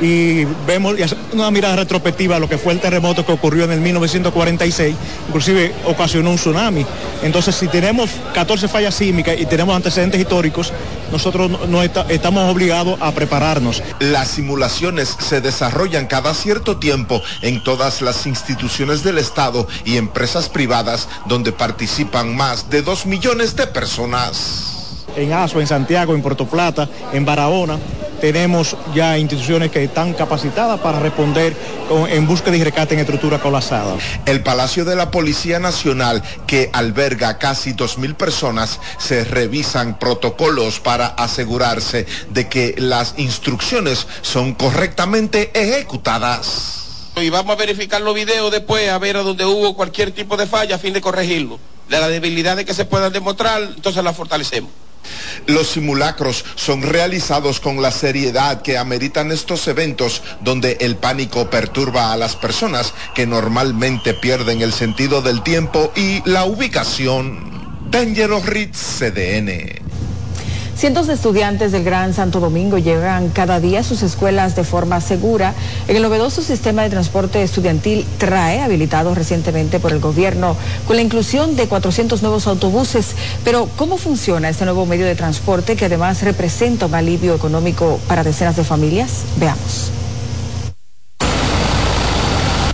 y vemos y hacemos una mirada retrospectiva a lo que fue el terremoto que ocurrió en el 1946, inclusive ocasionó un tsunami. Entonces, si tenemos 14 fallas sísmicas y tenemos antecedentes históricos, nosotros estamos obligados a prepararnos. Las simulaciones se desarrollan cada cierto tiempo en todas las instituciones del Estado y empresas privadas donde participan más de 2 millones de personas. En Azua, en Santiago, en Puerto Plata, en Barahona, tenemos ya instituciones que están capacitadas para responder en búsqueda y rescate en estructuras colapsadas. El Palacio de la Policía Nacional, que alberga casi 2.000 personas, se revisan protocolos para asegurarse de que las instrucciones son correctamente ejecutadas. Y vamos a verificar los videos después, a ver a dónde hubo cualquier tipo de falla a fin de corregirlo. De las debilidades que se puedan demostrar, entonces las fortalecemos. Los simulacros son realizados con la seriedad que ameritan estos eventos donde el pánico perturba a las personas que normalmente pierden el sentido del tiempo y la ubicación. D'Angelo Ritz, CDN. Cientos de estudiantes del Gran Santo Domingo llegan cada día a sus escuelas de forma segura en el novedoso sistema de transporte estudiantil TRAE, habilitado recientemente por el gobierno, con la inclusión de 400 nuevos autobuses. Pero, ¿cómo funciona este nuevo medio de transporte que además representa un alivio económico para decenas de familias? Veamos.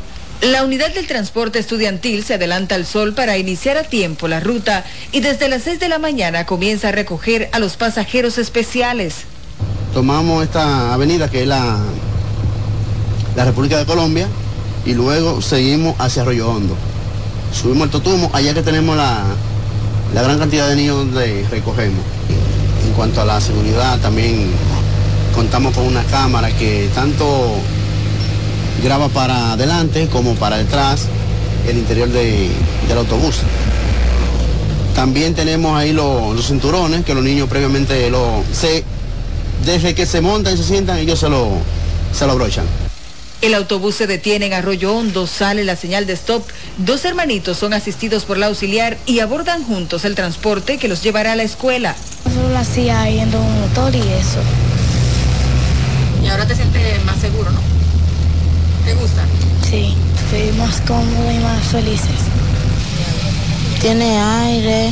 La unidad del transporte estudiantil se adelanta al sol para iniciar a tiempo la ruta y desde las 6 de la mañana comienza a recoger a los pasajeros especiales. Tomamos esta avenida que es la República de Colombia y luego seguimos hacia Arroyo Hondo. Subimos al Totumo, allá que tenemos la gran cantidad de niños donde recogemos. En cuanto a la seguridad, también contamos con una cámara que tanto graba para adelante como para detrás el interior del autobús. También tenemos ahí los cinturones que los niños previamente desde que se montan y se sientan ellos se lo abrochan. El autobús se detiene en Arroyo Hondo, sale la señal de stop, 2 hermanitos son asistidos por la auxiliar y abordan juntos el transporte que los llevará a la escuela. Yo lo hacía yendo en un motor y eso. Y ahora te sientes más seguro, ¿no? ¿Te gusta? Sí, estoy más cómodo y más felices. Tiene aire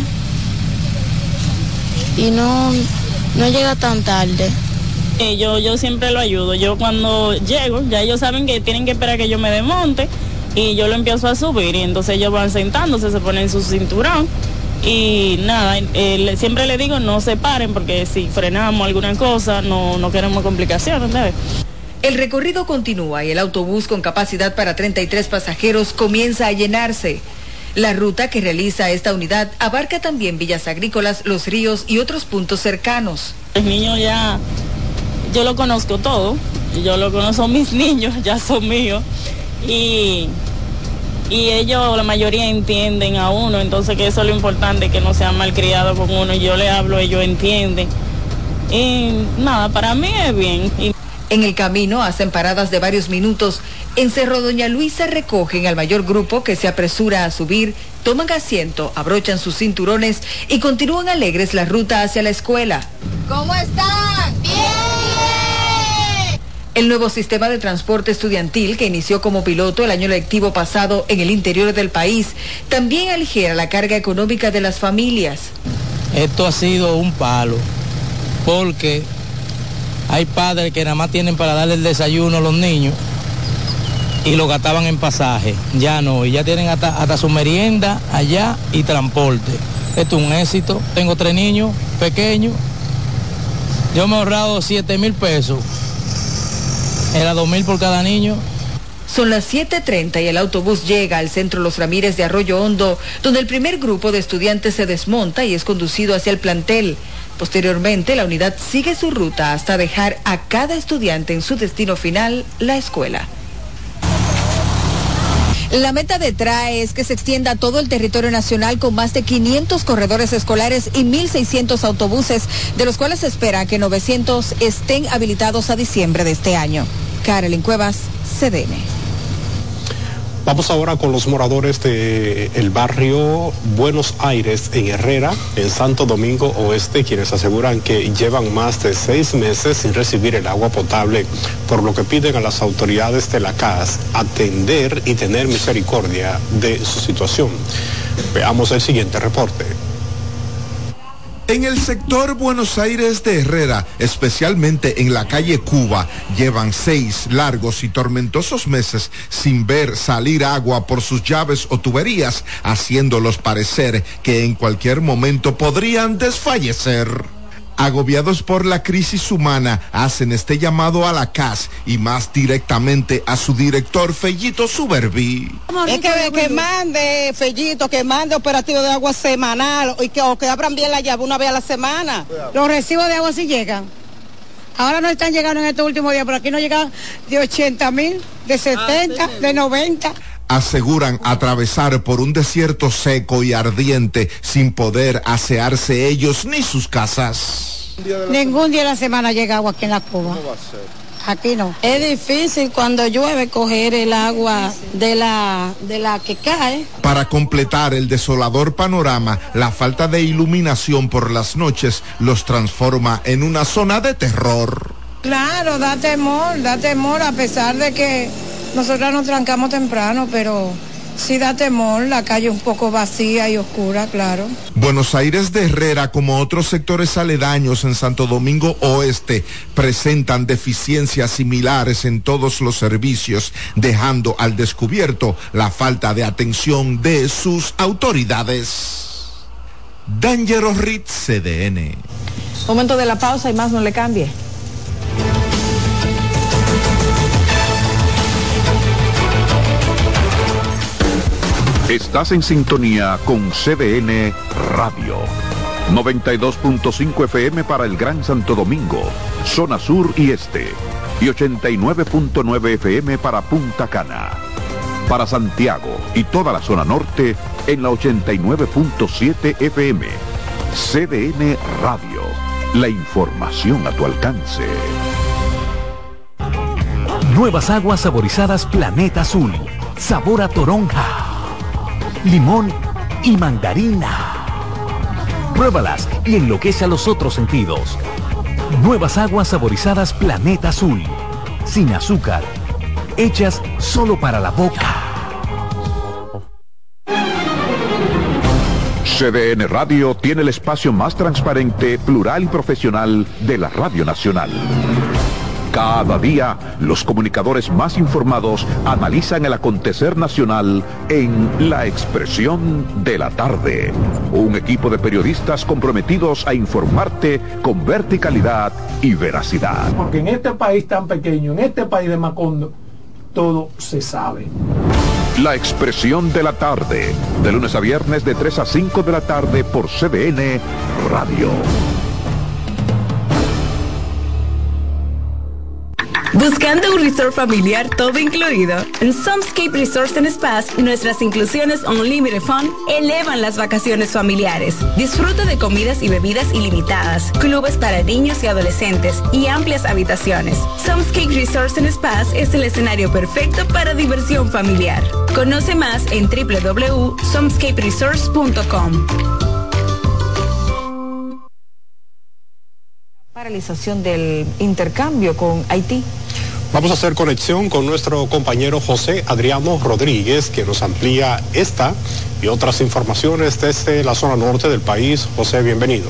y no llega tan tarde. Yo siempre lo ayudo. Yo cuando llego, ya ellos saben que tienen que esperar que yo me desmonte y yo lo empiezo a subir y entonces ellos van sentándose, se ponen su cinturón y nada, siempre le digo no se paren porque si frenamos alguna cosa no queremos complicaciones, ¿sabes? El recorrido continúa y el autobús con capacidad para 33 pasajeros comienza a llenarse. La ruta que realiza esta unidad abarca también Villas Agrícolas, Los Ríos y otros puntos cercanos. Los niños ya, yo lo conozco todo, yo lo conozco, mis niños ya son míos y ellos, la mayoría entienden a uno, entonces que eso es lo importante, que no sean malcriados con uno, yo le hablo, ellos entienden y nada, para mí es bien. En el camino hacen paradas de varios minutos. En Cerro Doña Luisa recogen al mayor grupo que se apresura a subir, toman asiento, abrochan sus cinturones y continúan alegres la ruta hacia la escuela. ¿Cómo están? ¡Bien! El nuevo sistema de transporte estudiantil que inició como piloto el año lectivo pasado en el interior del país también aligera la carga económica de las familias. Esto ha sido un palo porque hay padres que nada más tienen para darle el desayuno a los niños y lo gastaban en pasaje. Ya no, y ya tienen hasta su merienda allá y transporte. Esto es un éxito. Tengo 3 niños pequeños. Yo me he ahorrado 7,000 pesos. Era 2,000 por cada niño. Son las 7:30 y el autobús llega al centro Los Ramírez de Arroyo Hondo, donde el primer grupo de estudiantes se desmonta y es conducido hacia el plantel. Posteriormente, la unidad sigue su ruta hasta dejar a cada estudiante en su destino final, la escuela. La meta de TRAE es que se extienda a todo el territorio nacional con más de 500 corredores escolares y 1,600 autobuses, de los cuales se espera que 900 estén habilitados a diciembre de este año. Carolyn Cuevas, CDN. Vamos ahora con los moradores del barrio Buenos Aires en Herrera, en Santo Domingo Oeste, quienes aseguran que llevan más de 6 meses sin recibir el agua potable, por lo que piden a las autoridades de la CAS atender y tener misericordia de su situación. Veamos el siguiente reporte. En el sector Buenos Aires de Herrera, especialmente en la calle Cuba, llevan 6 largos y tormentosos meses sin ver salir agua por sus llaves o tuberías, haciéndolos parecer que en cualquier momento podrían desfallecer. Agobiados por la crisis humana, hacen este llamado a la CAS y más directamente a su director Fellito Suberví. Es que mande, Fellito, que mande operativo de agua semanal o que abran bien la llave una vez a la semana. Los recibos de agua sí llegan. Ahora no están llegando en estos últimos días, pero aquí no llegan de 80,000, de 70, de 90. Aseguran atravesar por un desierto seco y ardiente sin poder asearse ellos ni sus casas. Ningún día de la semana llega agua aquí en la Cuba. ¿Cómo va a ser? Aquí no. Es difícil cuando llueve coger el agua de la que cae. Para completar el desolador panorama, la falta de iluminación por las noches los transforma en una zona de terror. Claro, da temor, a pesar de que nosotros nos trancamos temprano, pero Sí da temor, la calle un poco vacía y oscura, claro. Buenos Aires de Herrera, como otros sectores aledaños en Santo Domingo Oeste, presentan deficiencias similares en todos los servicios, dejando al descubierto la falta de atención de sus autoridades. Dangerous Ritz, CDN. Momento de la pausa y más, no le cambie. Estás en sintonía con CDN Radio. 92.5 FM para el Gran Santo Domingo, zona sur y este. Y 89.9 FM para Punta Cana. Para Santiago y toda la zona norte en la 89.7 FM. CDN Radio. La información a tu alcance. Nuevas aguas saborizadas Planeta Azul. Sabor a toronja, limón y mandarina. Pruébalas y enloquece a los otros sentidos. Nuevas aguas saborizadas Planeta Azul. Sin azúcar. Hechas solo para la boca. CDN Radio tiene el espacio más transparente, plural y profesional de la Radio Nacional. Cada día, los comunicadores más informados analizan el acontecer nacional en La Expresión de la Tarde. Un equipo de periodistas comprometidos a informarte con verticalidad y veracidad. Porque en este país tan pequeño, en este país de Macondo, todo se sabe. La Expresión de la Tarde, de lunes a viernes de 3 a 5 de la tarde por CDN Radio. Buscando un resort familiar todo incluido. En Somescape Resorts and Spas, nuestras inclusiones Unlimited Fun elevan las vacaciones familiares. Disfruta de comidas y bebidas ilimitadas, clubes para niños y adolescentes y amplias habitaciones. Somescape Resorts and Spas es el escenario perfecto para diversión familiar. Conoce más en www.somescaperesorts.com. Paralización del intercambio con Haití. Vamos a hacer conexión con nuestro compañero José Adriano Rodríguez, que nos amplía esta y otras informaciones desde la zona norte del país. José, bienvenido.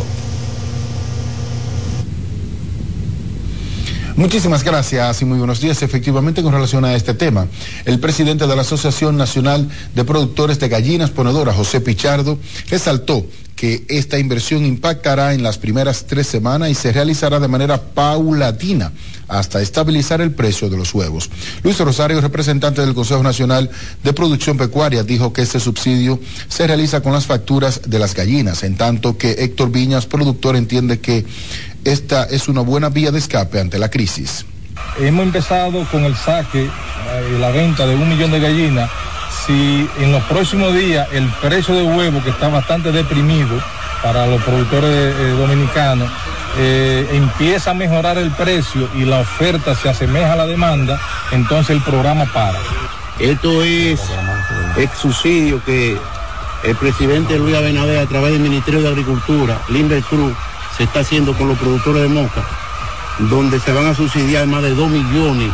Muchísimas gracias y muy buenos días. Efectivamente, con relación a este tema, el presidente de la Asociación Nacional de Productores de Gallinas Ponedoras, José Pichardo, resaltó que esta inversión impactará en las primeras 3 semanas y se realizará de manera paulatina hasta estabilizar el precio de los huevos. Luis Rosario, representante del Consejo Nacional de Producción Pecuaria, dijo que este subsidio se realiza con las facturas de las gallinas, en tanto que Héctor Viñas, productor, entiende que esta es una buena vía de escape ante la crisis. Hemos empezado con el saque, la venta de 1 millón de gallinas. Si en los próximos días el precio de huevo, que está bastante deprimido para los productores dominicanos, empieza a mejorar el precio y la oferta se asemeja a la demanda, entonces el programa para. Esto es el subsidio que el presidente Luis Abinader, a través del Ministerio de Agricultura, Limber Cruz, se está haciendo con los productores de Moca, donde se van a subsidiar más de 2 millones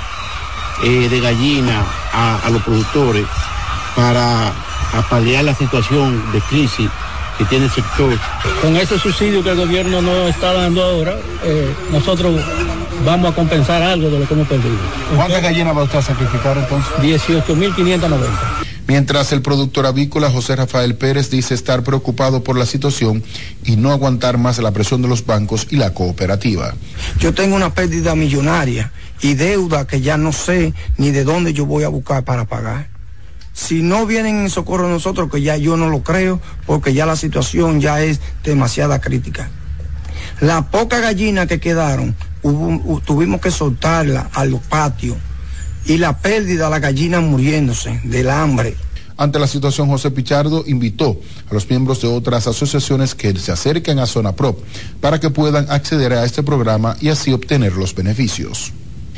de gallinas a los productores para paliar la situación de crisis que tiene el sector. Con ese subsidio que el gobierno nos está dando ahora, nosotros vamos a compensar algo de lo que hemos perdido. ¿Cuántas gallinas va usted a sacrificar entonces? 18.590. Mientras el productor avícola José Rafael Pérez dice estar preocupado por la situación y no aguantar más la presión de los bancos y la cooperativa. Yo tengo una pérdida millonaria y deuda que ya no sé ni de dónde yo voy a buscar para pagar. Si no vienen en socorro de nosotros, que ya yo no lo creo, porque ya la situación ya es demasiada crítica. La poca gallina que quedaron, tuvimos que soltarla a los patios y la pérdida de las gallinas muriéndose del hambre. Ante la situación, José Pichardo invitó a los miembros de otras asociaciones que se acerquen a Zona Prop para que puedan acceder a este programa y así obtener los beneficios.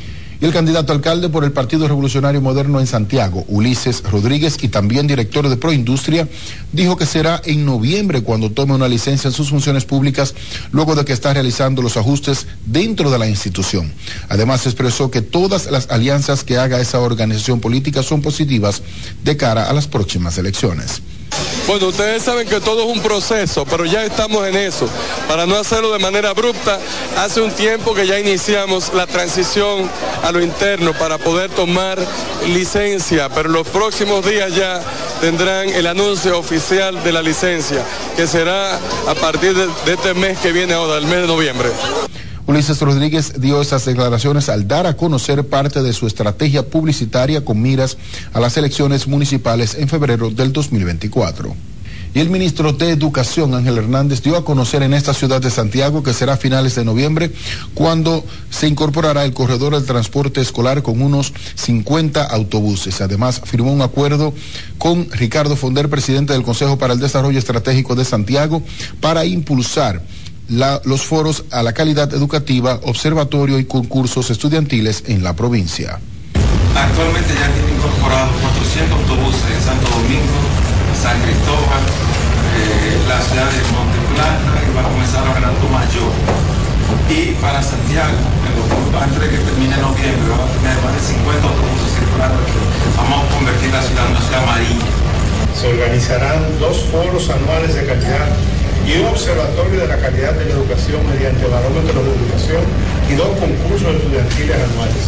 Y el candidato alcalde por el Partido Revolucionario Moderno en Santiago, Ulises Rodríguez, y también director de Proindustria, dijo que será en noviembre cuando tome una licencia en sus funciones públicas, luego de que está realizando los ajustes dentro de la institución. Además, expresó que todas las alianzas que haga esa organización política son positivas de cara a las próximas elecciones. Bueno, ustedes saben que todo es un proceso, pero ya estamos en eso. Para no hacerlo de manera abrupta, hace un tiempo que ya iniciamos la transición a lo interno para poder tomar licencia, pero los próximos días ya tendrán el anuncio oficial de la licencia, que será a partir de este mes que viene ahora, el mes de noviembre. Ulises Rodríguez dio esas declaraciones al dar a conocer parte de su estrategia publicitaria con miras a las elecciones municipales en febrero del 2024. Y el ministro de Educación, Ángel Hernández, dio a conocer en esta ciudad de Santiago que será a finales de noviembre cuando se incorporará el corredor del transporte escolar con unos 50 autobuses. Además, firmó un acuerdo con Ricardo Fonder, presidente del Consejo para el Desarrollo Estratégico de Santiago, para impulsar los foros a la calidad educativa, observatorio y concursos estudiantiles en la provincia. Actualmente ya tiene incorporados 400 autobuses en Santo Domingo, San Cristóbal, la ciudad de Monte Plata, y va a comenzar a Granato Mayor. Y para Santiago, antes de que termine noviembre, va a tener más de 50 autobuses circulando, que vamos a convertir la ciudad en una ciudad amarilla. Se organizarán 2 foros anuales de calidad y un observatorio de la calidad de la educación mediante barómetros de educación y 2 concursos estudiantiles anuales.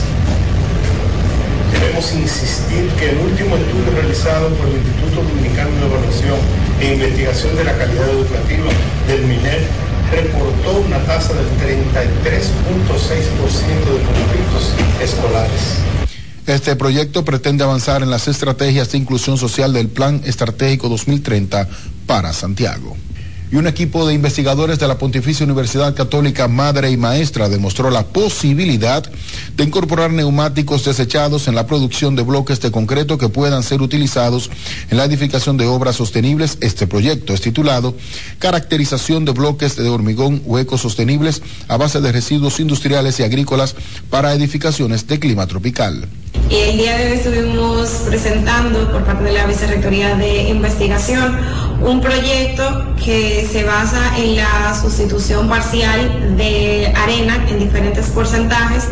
Debemos insistir que el último estudio realizado por el Instituto Dominicano de Evaluación e Investigación de la Calidad Educativa del MINER reportó una tasa del 33.6% de conflictos escolares. Este proyecto pretende avanzar en las estrategias de inclusión social del Plan Estratégico 2030 para Santiago. Y un equipo de investigadores de la Pontificia Universidad Católica Madre y Maestra demostró la posibilidad de incorporar neumáticos desechados en la producción de bloques de concreto que puedan ser utilizados en la edificación de obras sostenibles. Este proyecto es titulado Caracterización de bloques de hormigón huecos sostenibles a base de residuos industriales y agrícolas para edificaciones de clima tropical. Y el día de hoy estuvimos presentando por parte de la Vicerrectoría de Investigación un proyecto que se basa en la sustitución parcial de arena en diferentes porcentajes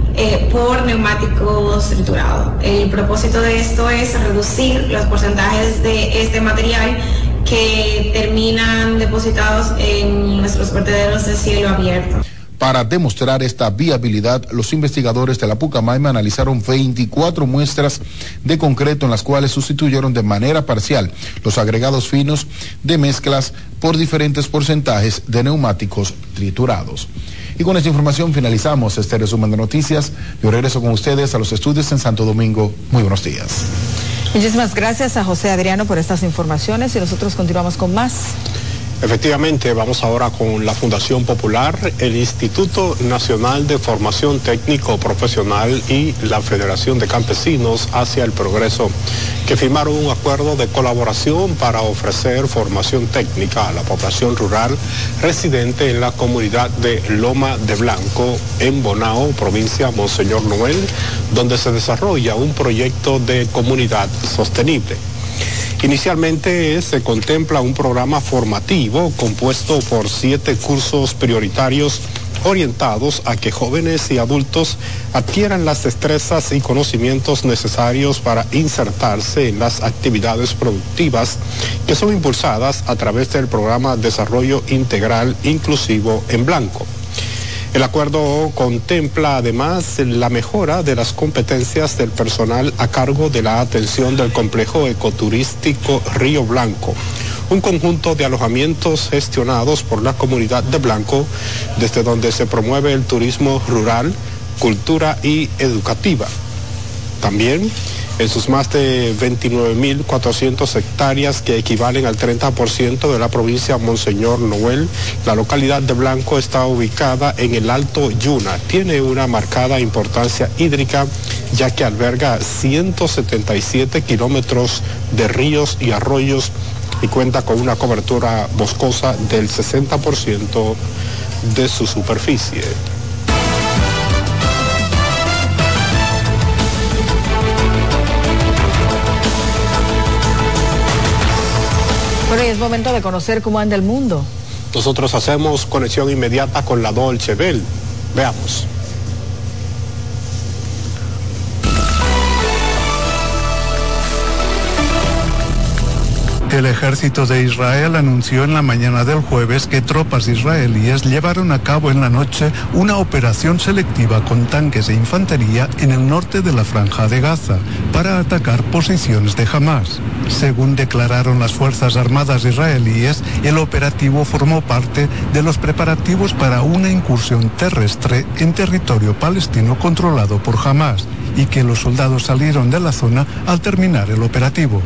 por neumáticos triturados. El propósito de esto es reducir los porcentajes de este material que terminan depositados en nuestros vertederos de cielo abierto. Para demostrar esta viabilidad, los investigadores de la Pucamaima analizaron 24 muestras de concreto en las cuales sustituyeron de manera parcial los agregados finos de mezclas por diferentes porcentajes de neumáticos triturados. Y con esta información finalizamos este resumen de noticias. Yo regreso con ustedes a los estudios en Santo Domingo. Muy buenos días. Muchísimas gracias a José Adriano por estas informaciones y nosotros continuamos con más. Efectivamente, vamos ahora con la Fundación Popular, el Instituto Nacional de Formación Técnico Profesional y la Federación de Campesinos hacia el Progreso, que firmaron un acuerdo de colaboración para ofrecer formación técnica a la población rural residente en la comunidad de Loma de Blanco, en Bonao, provincia Monseñor Noel, donde se desarrolla un proyecto de comunidad sostenible. Inicialmente se contempla un programa formativo compuesto por 7 cursos prioritarios orientados a que jóvenes y adultos adquieran las destrezas y conocimientos necesarios para insertarse en las actividades productivas que son impulsadas a través del programa Desarrollo Integral Inclusivo en Blanco. El acuerdo contempla además la mejora de las competencias del personal a cargo de la atención del complejo ecoturístico Río Blanco, un conjunto de alojamientos gestionados por la comunidad de Blanco, desde donde se promueve el turismo rural, cultura y educativa. También en sus más de 29.400 hectáreas que equivalen al 30% de la provincia Monseñor Noel, la localidad de Blanco está ubicada en el Alto Yuna. Tiene una marcada importancia hídrica, ya que alberga 177 kilómetros de ríos y arroyos y cuenta con una cobertura boscosa del 60% de su superficie. Bueno, y es momento de conocer cómo anda el mundo. Nosotros hacemos conexión inmediata con la Dolce Bell. Veamos. El ejército de Israel anunció en la mañana del jueves que tropas israelíes llevaron a cabo en la noche una operación selectiva con tanques e infantería en el norte de la Franja de Gaza para atacar posiciones de Hamás. Según declararon las Fuerzas Armadas israelíes, el operativo formó parte de los preparativos para una incursión terrestre en territorio palestino controlado por Hamás y que los soldados salieron de la zona al terminar el operativo.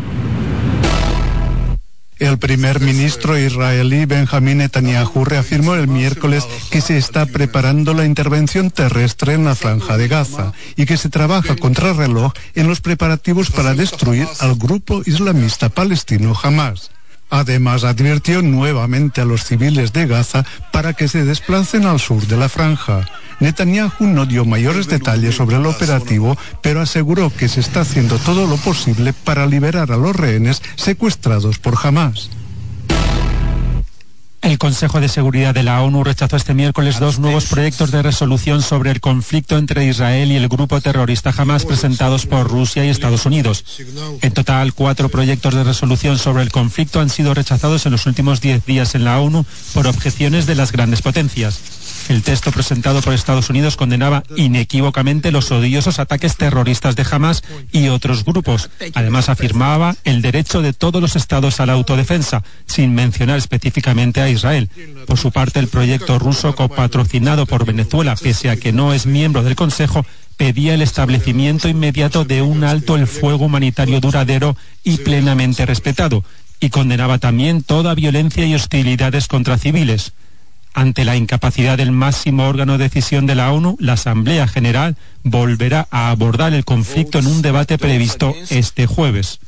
El primer ministro israelí Benjamín Netanyahu reafirmó el miércoles que se está preparando la intervención terrestre en la Franja de Gaza y que se trabaja contrarreloj en los preparativos para destruir al grupo islamista palestino Hamás. Además, advirtió nuevamente a los civiles de Gaza para que se desplacen al sur de la franja. Netanyahu no dio mayores detalles sobre el operativo, pero aseguró que se está haciendo todo lo posible para liberar a los rehenes secuestrados por Hamás. El Consejo de Seguridad de la ONU rechazó este miércoles 2 nuevos proyectos de resolución sobre el conflicto entre Israel y el grupo terrorista Hamás presentados por Rusia y Estados Unidos. En total, 4 proyectos de resolución sobre el conflicto han sido rechazados en los últimos 10 días en la ONU por objeciones de las grandes potencias. El texto presentado por Estados Unidos condenaba inequívocamente los odiosos ataques terroristas de Hamás y otros grupos. Además, afirmaba el derecho de todos los estados a la autodefensa, sin mencionar específicamente a Israel. Por su parte, el proyecto ruso, copatrocinado por Venezuela, pese a que no es miembro del Consejo, pedía el establecimiento inmediato de un alto el fuego humanitario duradero y plenamente respetado, y condenaba también toda violencia y hostilidades contra civiles. Ante la incapacidad del máximo órgano de decisión de la ONU, la Asamblea General volverá a abordar el conflicto en un debate previsto este jueves.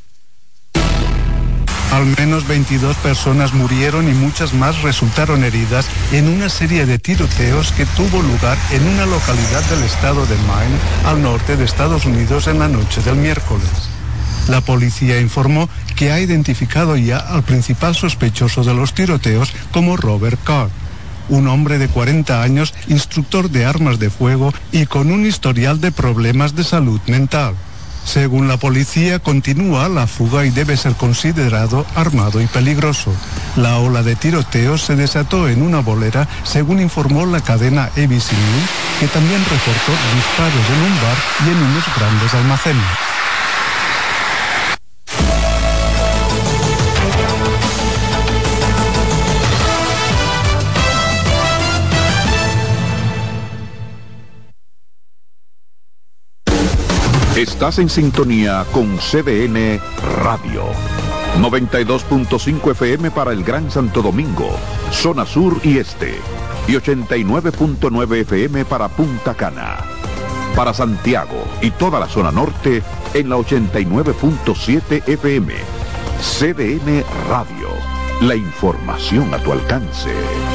Al menos 22 personas murieron y muchas más resultaron heridas en una serie de tiroteos que tuvo lugar en una localidad del estado de Maine, al norte de Estados Unidos, en la noche del miércoles. La policía informó que ha identificado ya al principal sospechoso de los tiroteos como Robert Card, un hombre de 40 años, instructor de armas de fuego y con un historial de problemas de salud mental. Según la policía, continúa la fuga y debe ser considerado armado y peligroso. La ola de tiroteos se desató en una bolera, según informó la cadena ABC News, que también reportó disparos en un bar y en unos grandes almacenes. Estás en sintonía con CDN Radio. 92.5 FM para el Gran Santo Domingo, zona sur y este. Y 89.9 FM para Punta Cana. Para Santiago y toda la zona norte en la 89.7 FM. CDN Radio. La información a tu alcance.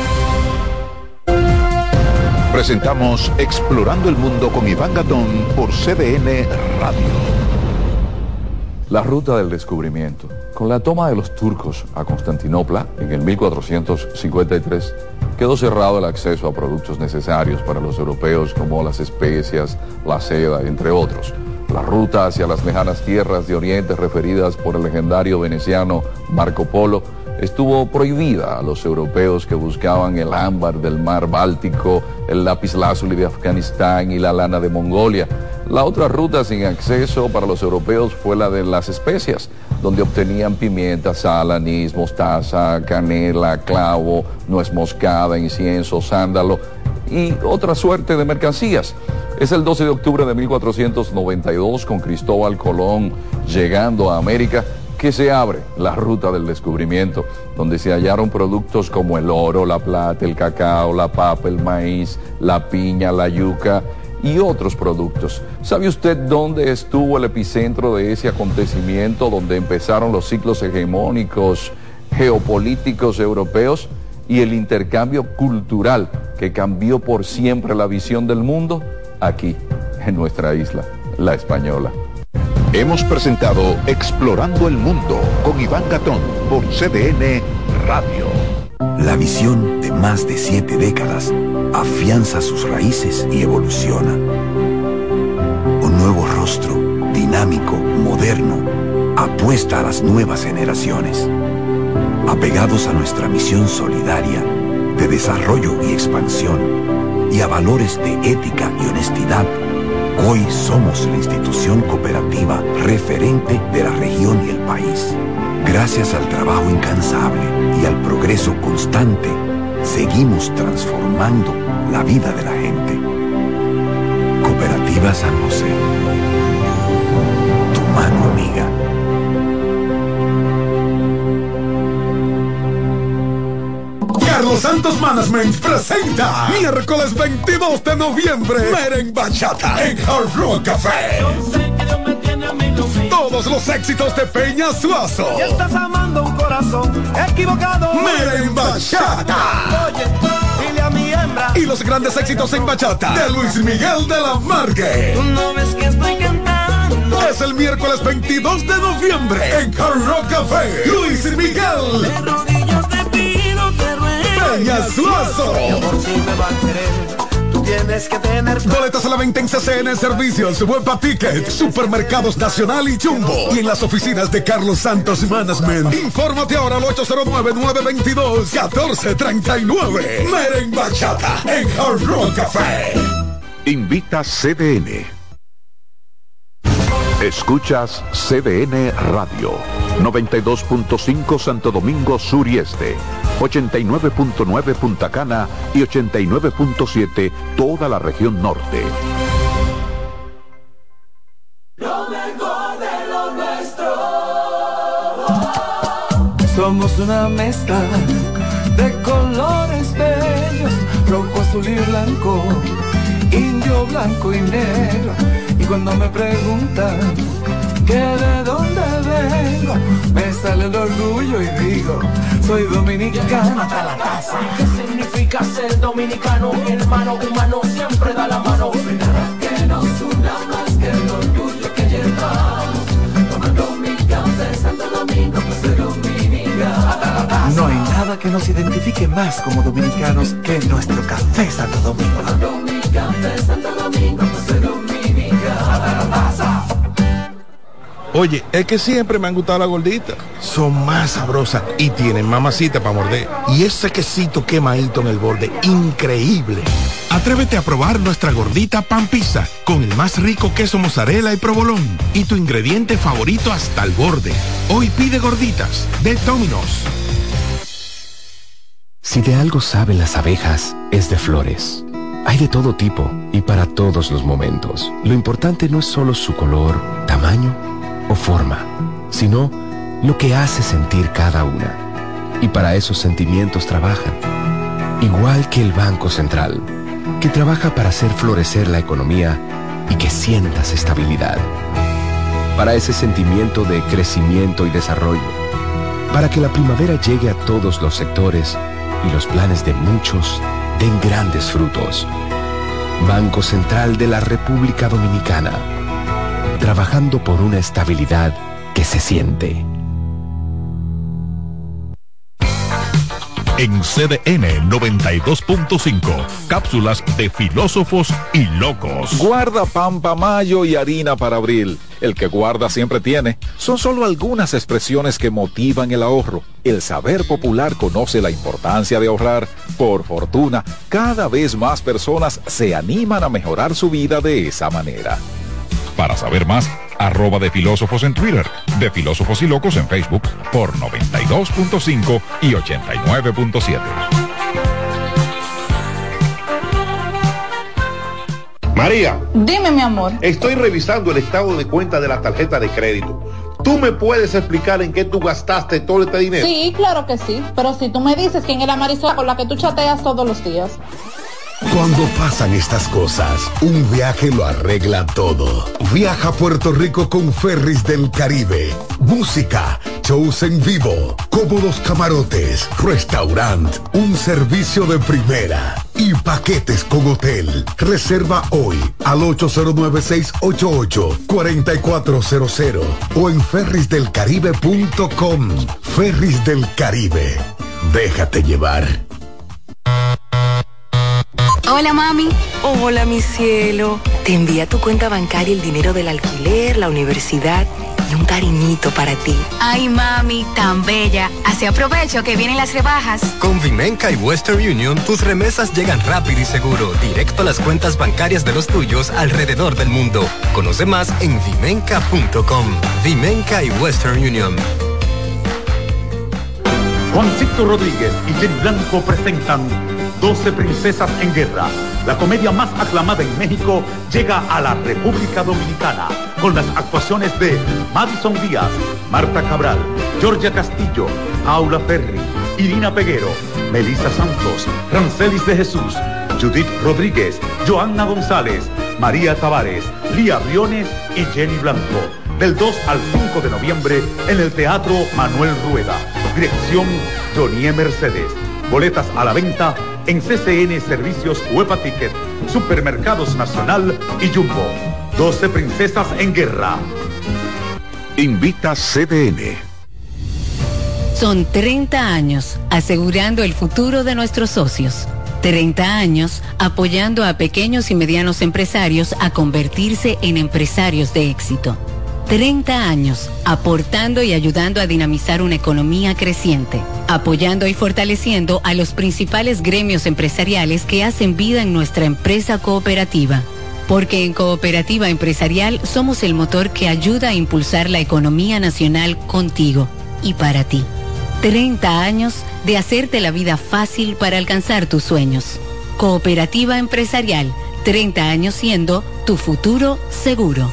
Presentamos Explorando el Mundo con Iván Gatón por CDN Radio. La ruta del descubrimiento. Con la toma de los turcos a Constantinopla en el 1453, quedó cerrado el acceso a productos necesarios para los europeos como las especias, la seda, entre otros. La ruta hacia las lejanas tierras de Oriente referidas por el legendario veneciano Marco Polo estuvo prohibida a los europeos que buscaban el ámbar del mar Báltico, el lapislázuli de Afganistán y la lana de Mongolia. La otra ruta sin acceso para los europeos fue la de las especias, donde obtenían pimienta, sal, anís, mostaza, canela, clavo, nuez moscada, incienso, sándalo y otra suerte de mercancías. Es el 12 de octubre de 1492, con Cristóbal Colón llegando a América, que se abre la ruta del descubrimiento, donde se hallaron productos como el oro, la plata, el cacao, la papa, el maíz, la piña, la yuca y otros productos. ¿Sabe usted dónde estuvo el epicentro de ese acontecimiento, donde empezaron los ciclos hegemónicos geopolíticos europeos y el intercambio cultural que cambió por siempre la visión del mundo? Aquí, en nuestra isla, La Española. Hemos presentado Explorando el Mundo con Iván Gatón por CDN Radio. La visión de más de 7 décadas afianza sus raíces y evoluciona. Un nuevo rostro, dinámico, moderno, apuesta a las nuevas generaciones. Apegados a nuestra misión solidaria de desarrollo y expansión y a valores de ética y honestidad, hoy somos la institución cooperativa referente de la región y el país. Gracias al trabajo incansable y al progreso constante, seguimos transformando la vida de la gente. Cooperativa San José. Tu mano amiga. Carlos Santos Management presenta miércoles 22 de noviembre Meren Bachata en Hard Rock Café. Todos los éxitos de Peña Suazo. Y estás amando un corazón equivocado. Meren Bachata. Oye, dile a mi hembra. Y los grandes éxitos en bachata de Luis Miguel de la Margue. Tú no ves que estoy cantando. Es el miércoles 22 de noviembre en Hard Rock Café. Luis Miguel. De rodillas te pido, te ruego. Peña Suazo. Mi amor, si me va a querer, tú tienes que tener. Boletas a la venta en CCN Servicios, Huepa Ticket, Supermercados Nacional y Jumbo. Y en las oficinas de Carlos Santos Management. Infórmate ahora al 809-922-1439. Meren Bachata en Hard Rock Café. Invita CDN. Escuchas CDN Radio, 92.5 Santo Domingo Sur y Este, 89.9 Punta Cana y 89.7 toda la región norte. Lo mejor de lo nuestro. Somos una mezcla de colores bellos, rojo, azul y blanco, indio, blanco y negro. Y cuando me preguntan que de dónde vengo, me sale el orgullo y digo, soy dominicano hasta la casa. ¿Qué significa ser dominicano? Mi hermano humano siempre da la mano. Nada que nos una más que el orgullo que llevamos. Tomando mi café Santo Domingo, pues soy dominicano. No hay nada que nos identifique más como dominicanos que nuestro café Santo Domingo. Tomando mi café Santo Domingo, pues soy dominicano. Oye, es que siempre me han gustado las gorditas. Son más sabrosas y tienen mamacita para morder. Y ese quesito quemadito en el borde, increíble. Atrévete a probar nuestra gordita pan pizza con el más rico queso mozzarella y provolón y tu ingrediente favorito hasta el borde. Hoy pide gorditas de Domino's. Si de algo saben las abejas, es de flores. Hay de todo tipo y para todos los momentos. Lo importante no es solo su color, tamaño o forma, sino lo que hace sentir cada una. Y para esos sentimientos trabajan. Igual que el Banco Central, que trabaja para hacer florecer la economía y que sientas estabilidad. Para ese sentimiento de crecimiento y desarrollo. Para que la primavera llegue a todos los sectores y los planes de muchos den grandes frutos. Banco Central de la República Dominicana. Trabajando por una estabilidad que se siente. En CDN 92.5, cápsulas de filósofos y locos. Guarda pan pa' mayo y harina para abril. El que guarda siempre tiene. Son solo algunas expresiones que motivan el ahorro. El saber popular conoce la importancia de ahorrar. Por fortuna, cada vez más personas se animan a mejorar su vida de esa manera. Para saber más, @de filósofos en Twitter, de Filósofos y Locos en Facebook por 92.5 y 89.7. María. Dime, mi amor. Estoy revisando el estado de cuenta de la tarjeta de crédito. ¿Tú me puedes explicar en qué tú gastaste todo este dinero? Sí, claro que sí. Pero si tú me dices quién es la Marisol con la que tú chateas todos los días. Cuando pasan estas cosas, un viaje lo arregla todo. Viaja a Puerto Rico con Ferries del Caribe. Música, shows en vivo, cómodos camarotes, restaurant, un servicio de primera. y paquetes con hotel. Reserva hoy al 809-688-4400 o en ferrisdelcaribe.com. Ferris del Caribe. Déjate llevar. Hola, mami. Hola, mi cielo. Te envía a tu cuenta bancaria el dinero del alquiler, la universidad y un cariñito para ti. Ay, mami, tan bella. Así aprovecho que vienen las rebajas. Con Vimenca y Western Union, tus remesas llegan rápido y seguro, directo a las cuentas bancarias de los tuyos alrededor del mundo. Conoce más en vimenca.com. Vimenca y Western Union. Juancito Rodríguez y Jenny Blanco presentan 12 Princesas en Guerra. La comedia más aclamada en México llega a la República Dominicana con las actuaciones de Madison Díaz, Marta Cabral, Georgia Castillo, Paula Ferri, Irina Peguero, Melissa Santos, Rancelis de Jesús, Judith Rodríguez, Joanna González, María Tavares, Lía Briones y Jenny Blanco. Del 2 al 5 de noviembre en el Teatro Manuel Rueda. Dirección Johnny Mercedes. Boletas a la venta en CCN Servicios Huepa Ticket, Supermercados Nacional y Jumbo. 12 Princesas en Guerra. Invita CDN. Son 30 años asegurando el futuro de nuestros socios. 30 años apoyando a pequeños y medianos empresarios a convertirse en empresarios de éxito. 30 años aportando y ayudando a dinamizar una economía creciente, apoyando y fortaleciendo a los principales gremios empresariales que hacen vida en nuestra empresa cooperativa. Porque en Cooperativa Empresarial somos el motor que ayuda a impulsar la economía nacional contigo y para ti. 30 años de hacerte la vida fácil para alcanzar tus sueños. Cooperativa Empresarial, 30 años siendo tu futuro seguro.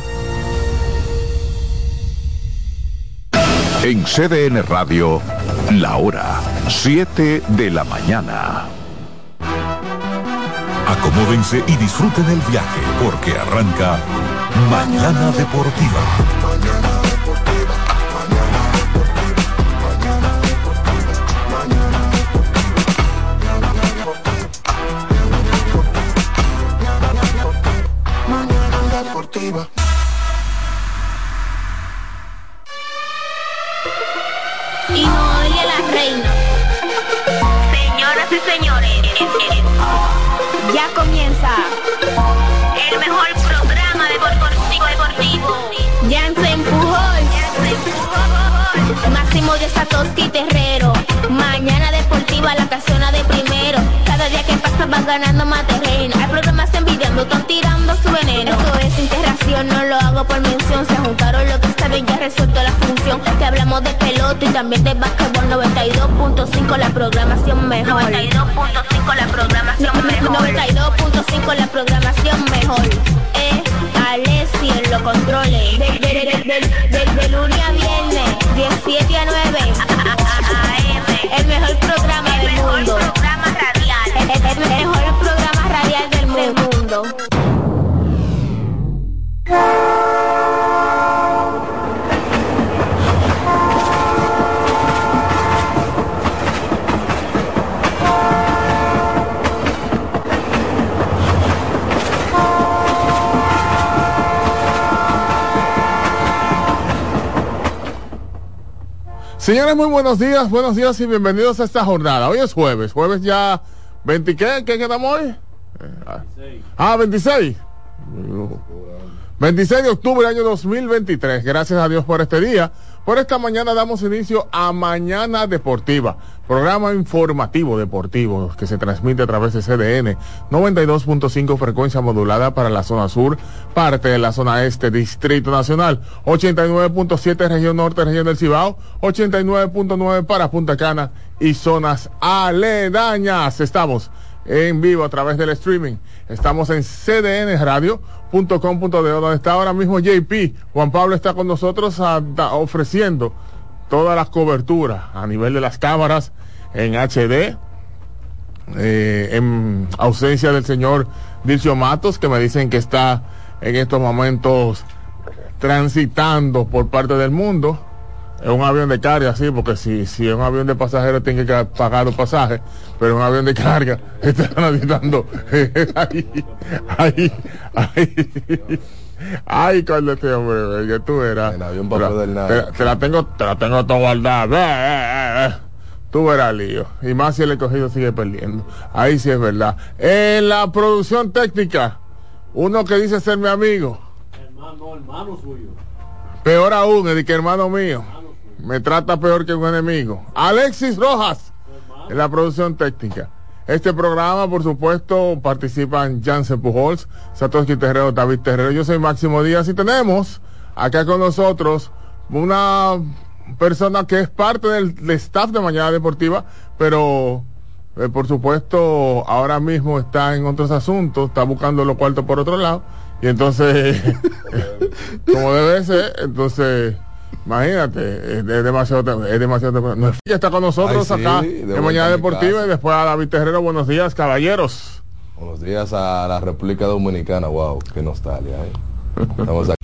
En CDN Radio, la hora 7 de la mañana. Acomódense y disfruten el viaje porque arranca Mañana Deportiva. Mañana Deportiva. Y Noelia la reina. Señoras y señores, ya comienza el mejor programa deportivo. Jansen Pujol, Máximo de Satoshi Terrero. Mañana Deportiva, la casona de primero. Cada día que pasa van ganando más terreno. Hay programas envidiando, están tirando su veneno. Esto es interacción, no lo hago por mención. Se juntaron lo que saben, ya resuelto la función. Te hablamos de pelota y también de básquetbol. 92.5 la programación mejor. 92.5 la programación mejor. 92.5 la programación mejor. Alessi en los controles. De lunes a viernes, 17 a 9 AM. El mejor programa del mundo. El mejor programa radial del mundo. Señores, muy buenos días y bienvenidos a esta jornada. Hoy es jueves ya 20, ¿qué quedamos hoy? 26. 26 de octubre del año 2023. Gracias a Dios por este día. Por esta mañana damos inicio a Mañana Deportiva, programa informativo deportivo que se transmite a través de CDN 92.5 frecuencia modulada para la zona sur, parte de la zona este, Distrito Nacional, 89.7 región norte, región del Cibao, 89.9 para Punta Cana y zonas aledañas. Estamos en vivo a través del streaming. Estamos en cdnradio.com.de, donde está ahora mismo JP. Juan Pablo está con nosotros ofreciendo todas las coberturas a nivel de las cámaras en HD, en ausencia del señor Dircio Matos, que me dicen que está en estos momentos transitando por parte del mundo. Es un avión de carga, sí, porque si es un avión de pasajeros tiene que pagar los pasajes, pero un avión de carga están analizando. Ay, con este hombre, que tú eras. El avión para poder nada. Te la tengo todo guardada. Tú verás lío. Y más si el escogido sigue perdiendo. Ahí sí es verdad. En la producción técnica, uno que dice ser mi amigo. Hermano suyo. Peor aún, es de que hermano mío. Me trata peor que un enemigo. Alexis Rojas, en la producción técnica. Este programa, por supuesto, participan Jansen Pujols, Satoshi Terrero, David Terrero. Yo soy Máximo Díaz y tenemos acá con nosotros una persona que es parte del staff de Mañana Deportiva, pero por supuesto ahora mismo está en otros asuntos, está buscando los cuartos por otro lado, y entonces, como debe ser, entonces... Imagínate, es demasiado. No es que está con nosotros acá en Mañana Deportiva y después a David Terrero. Buenos días, caballeros. Buenos días a la República Dominicana. Wow, qué nostalgia. Estamos aquí.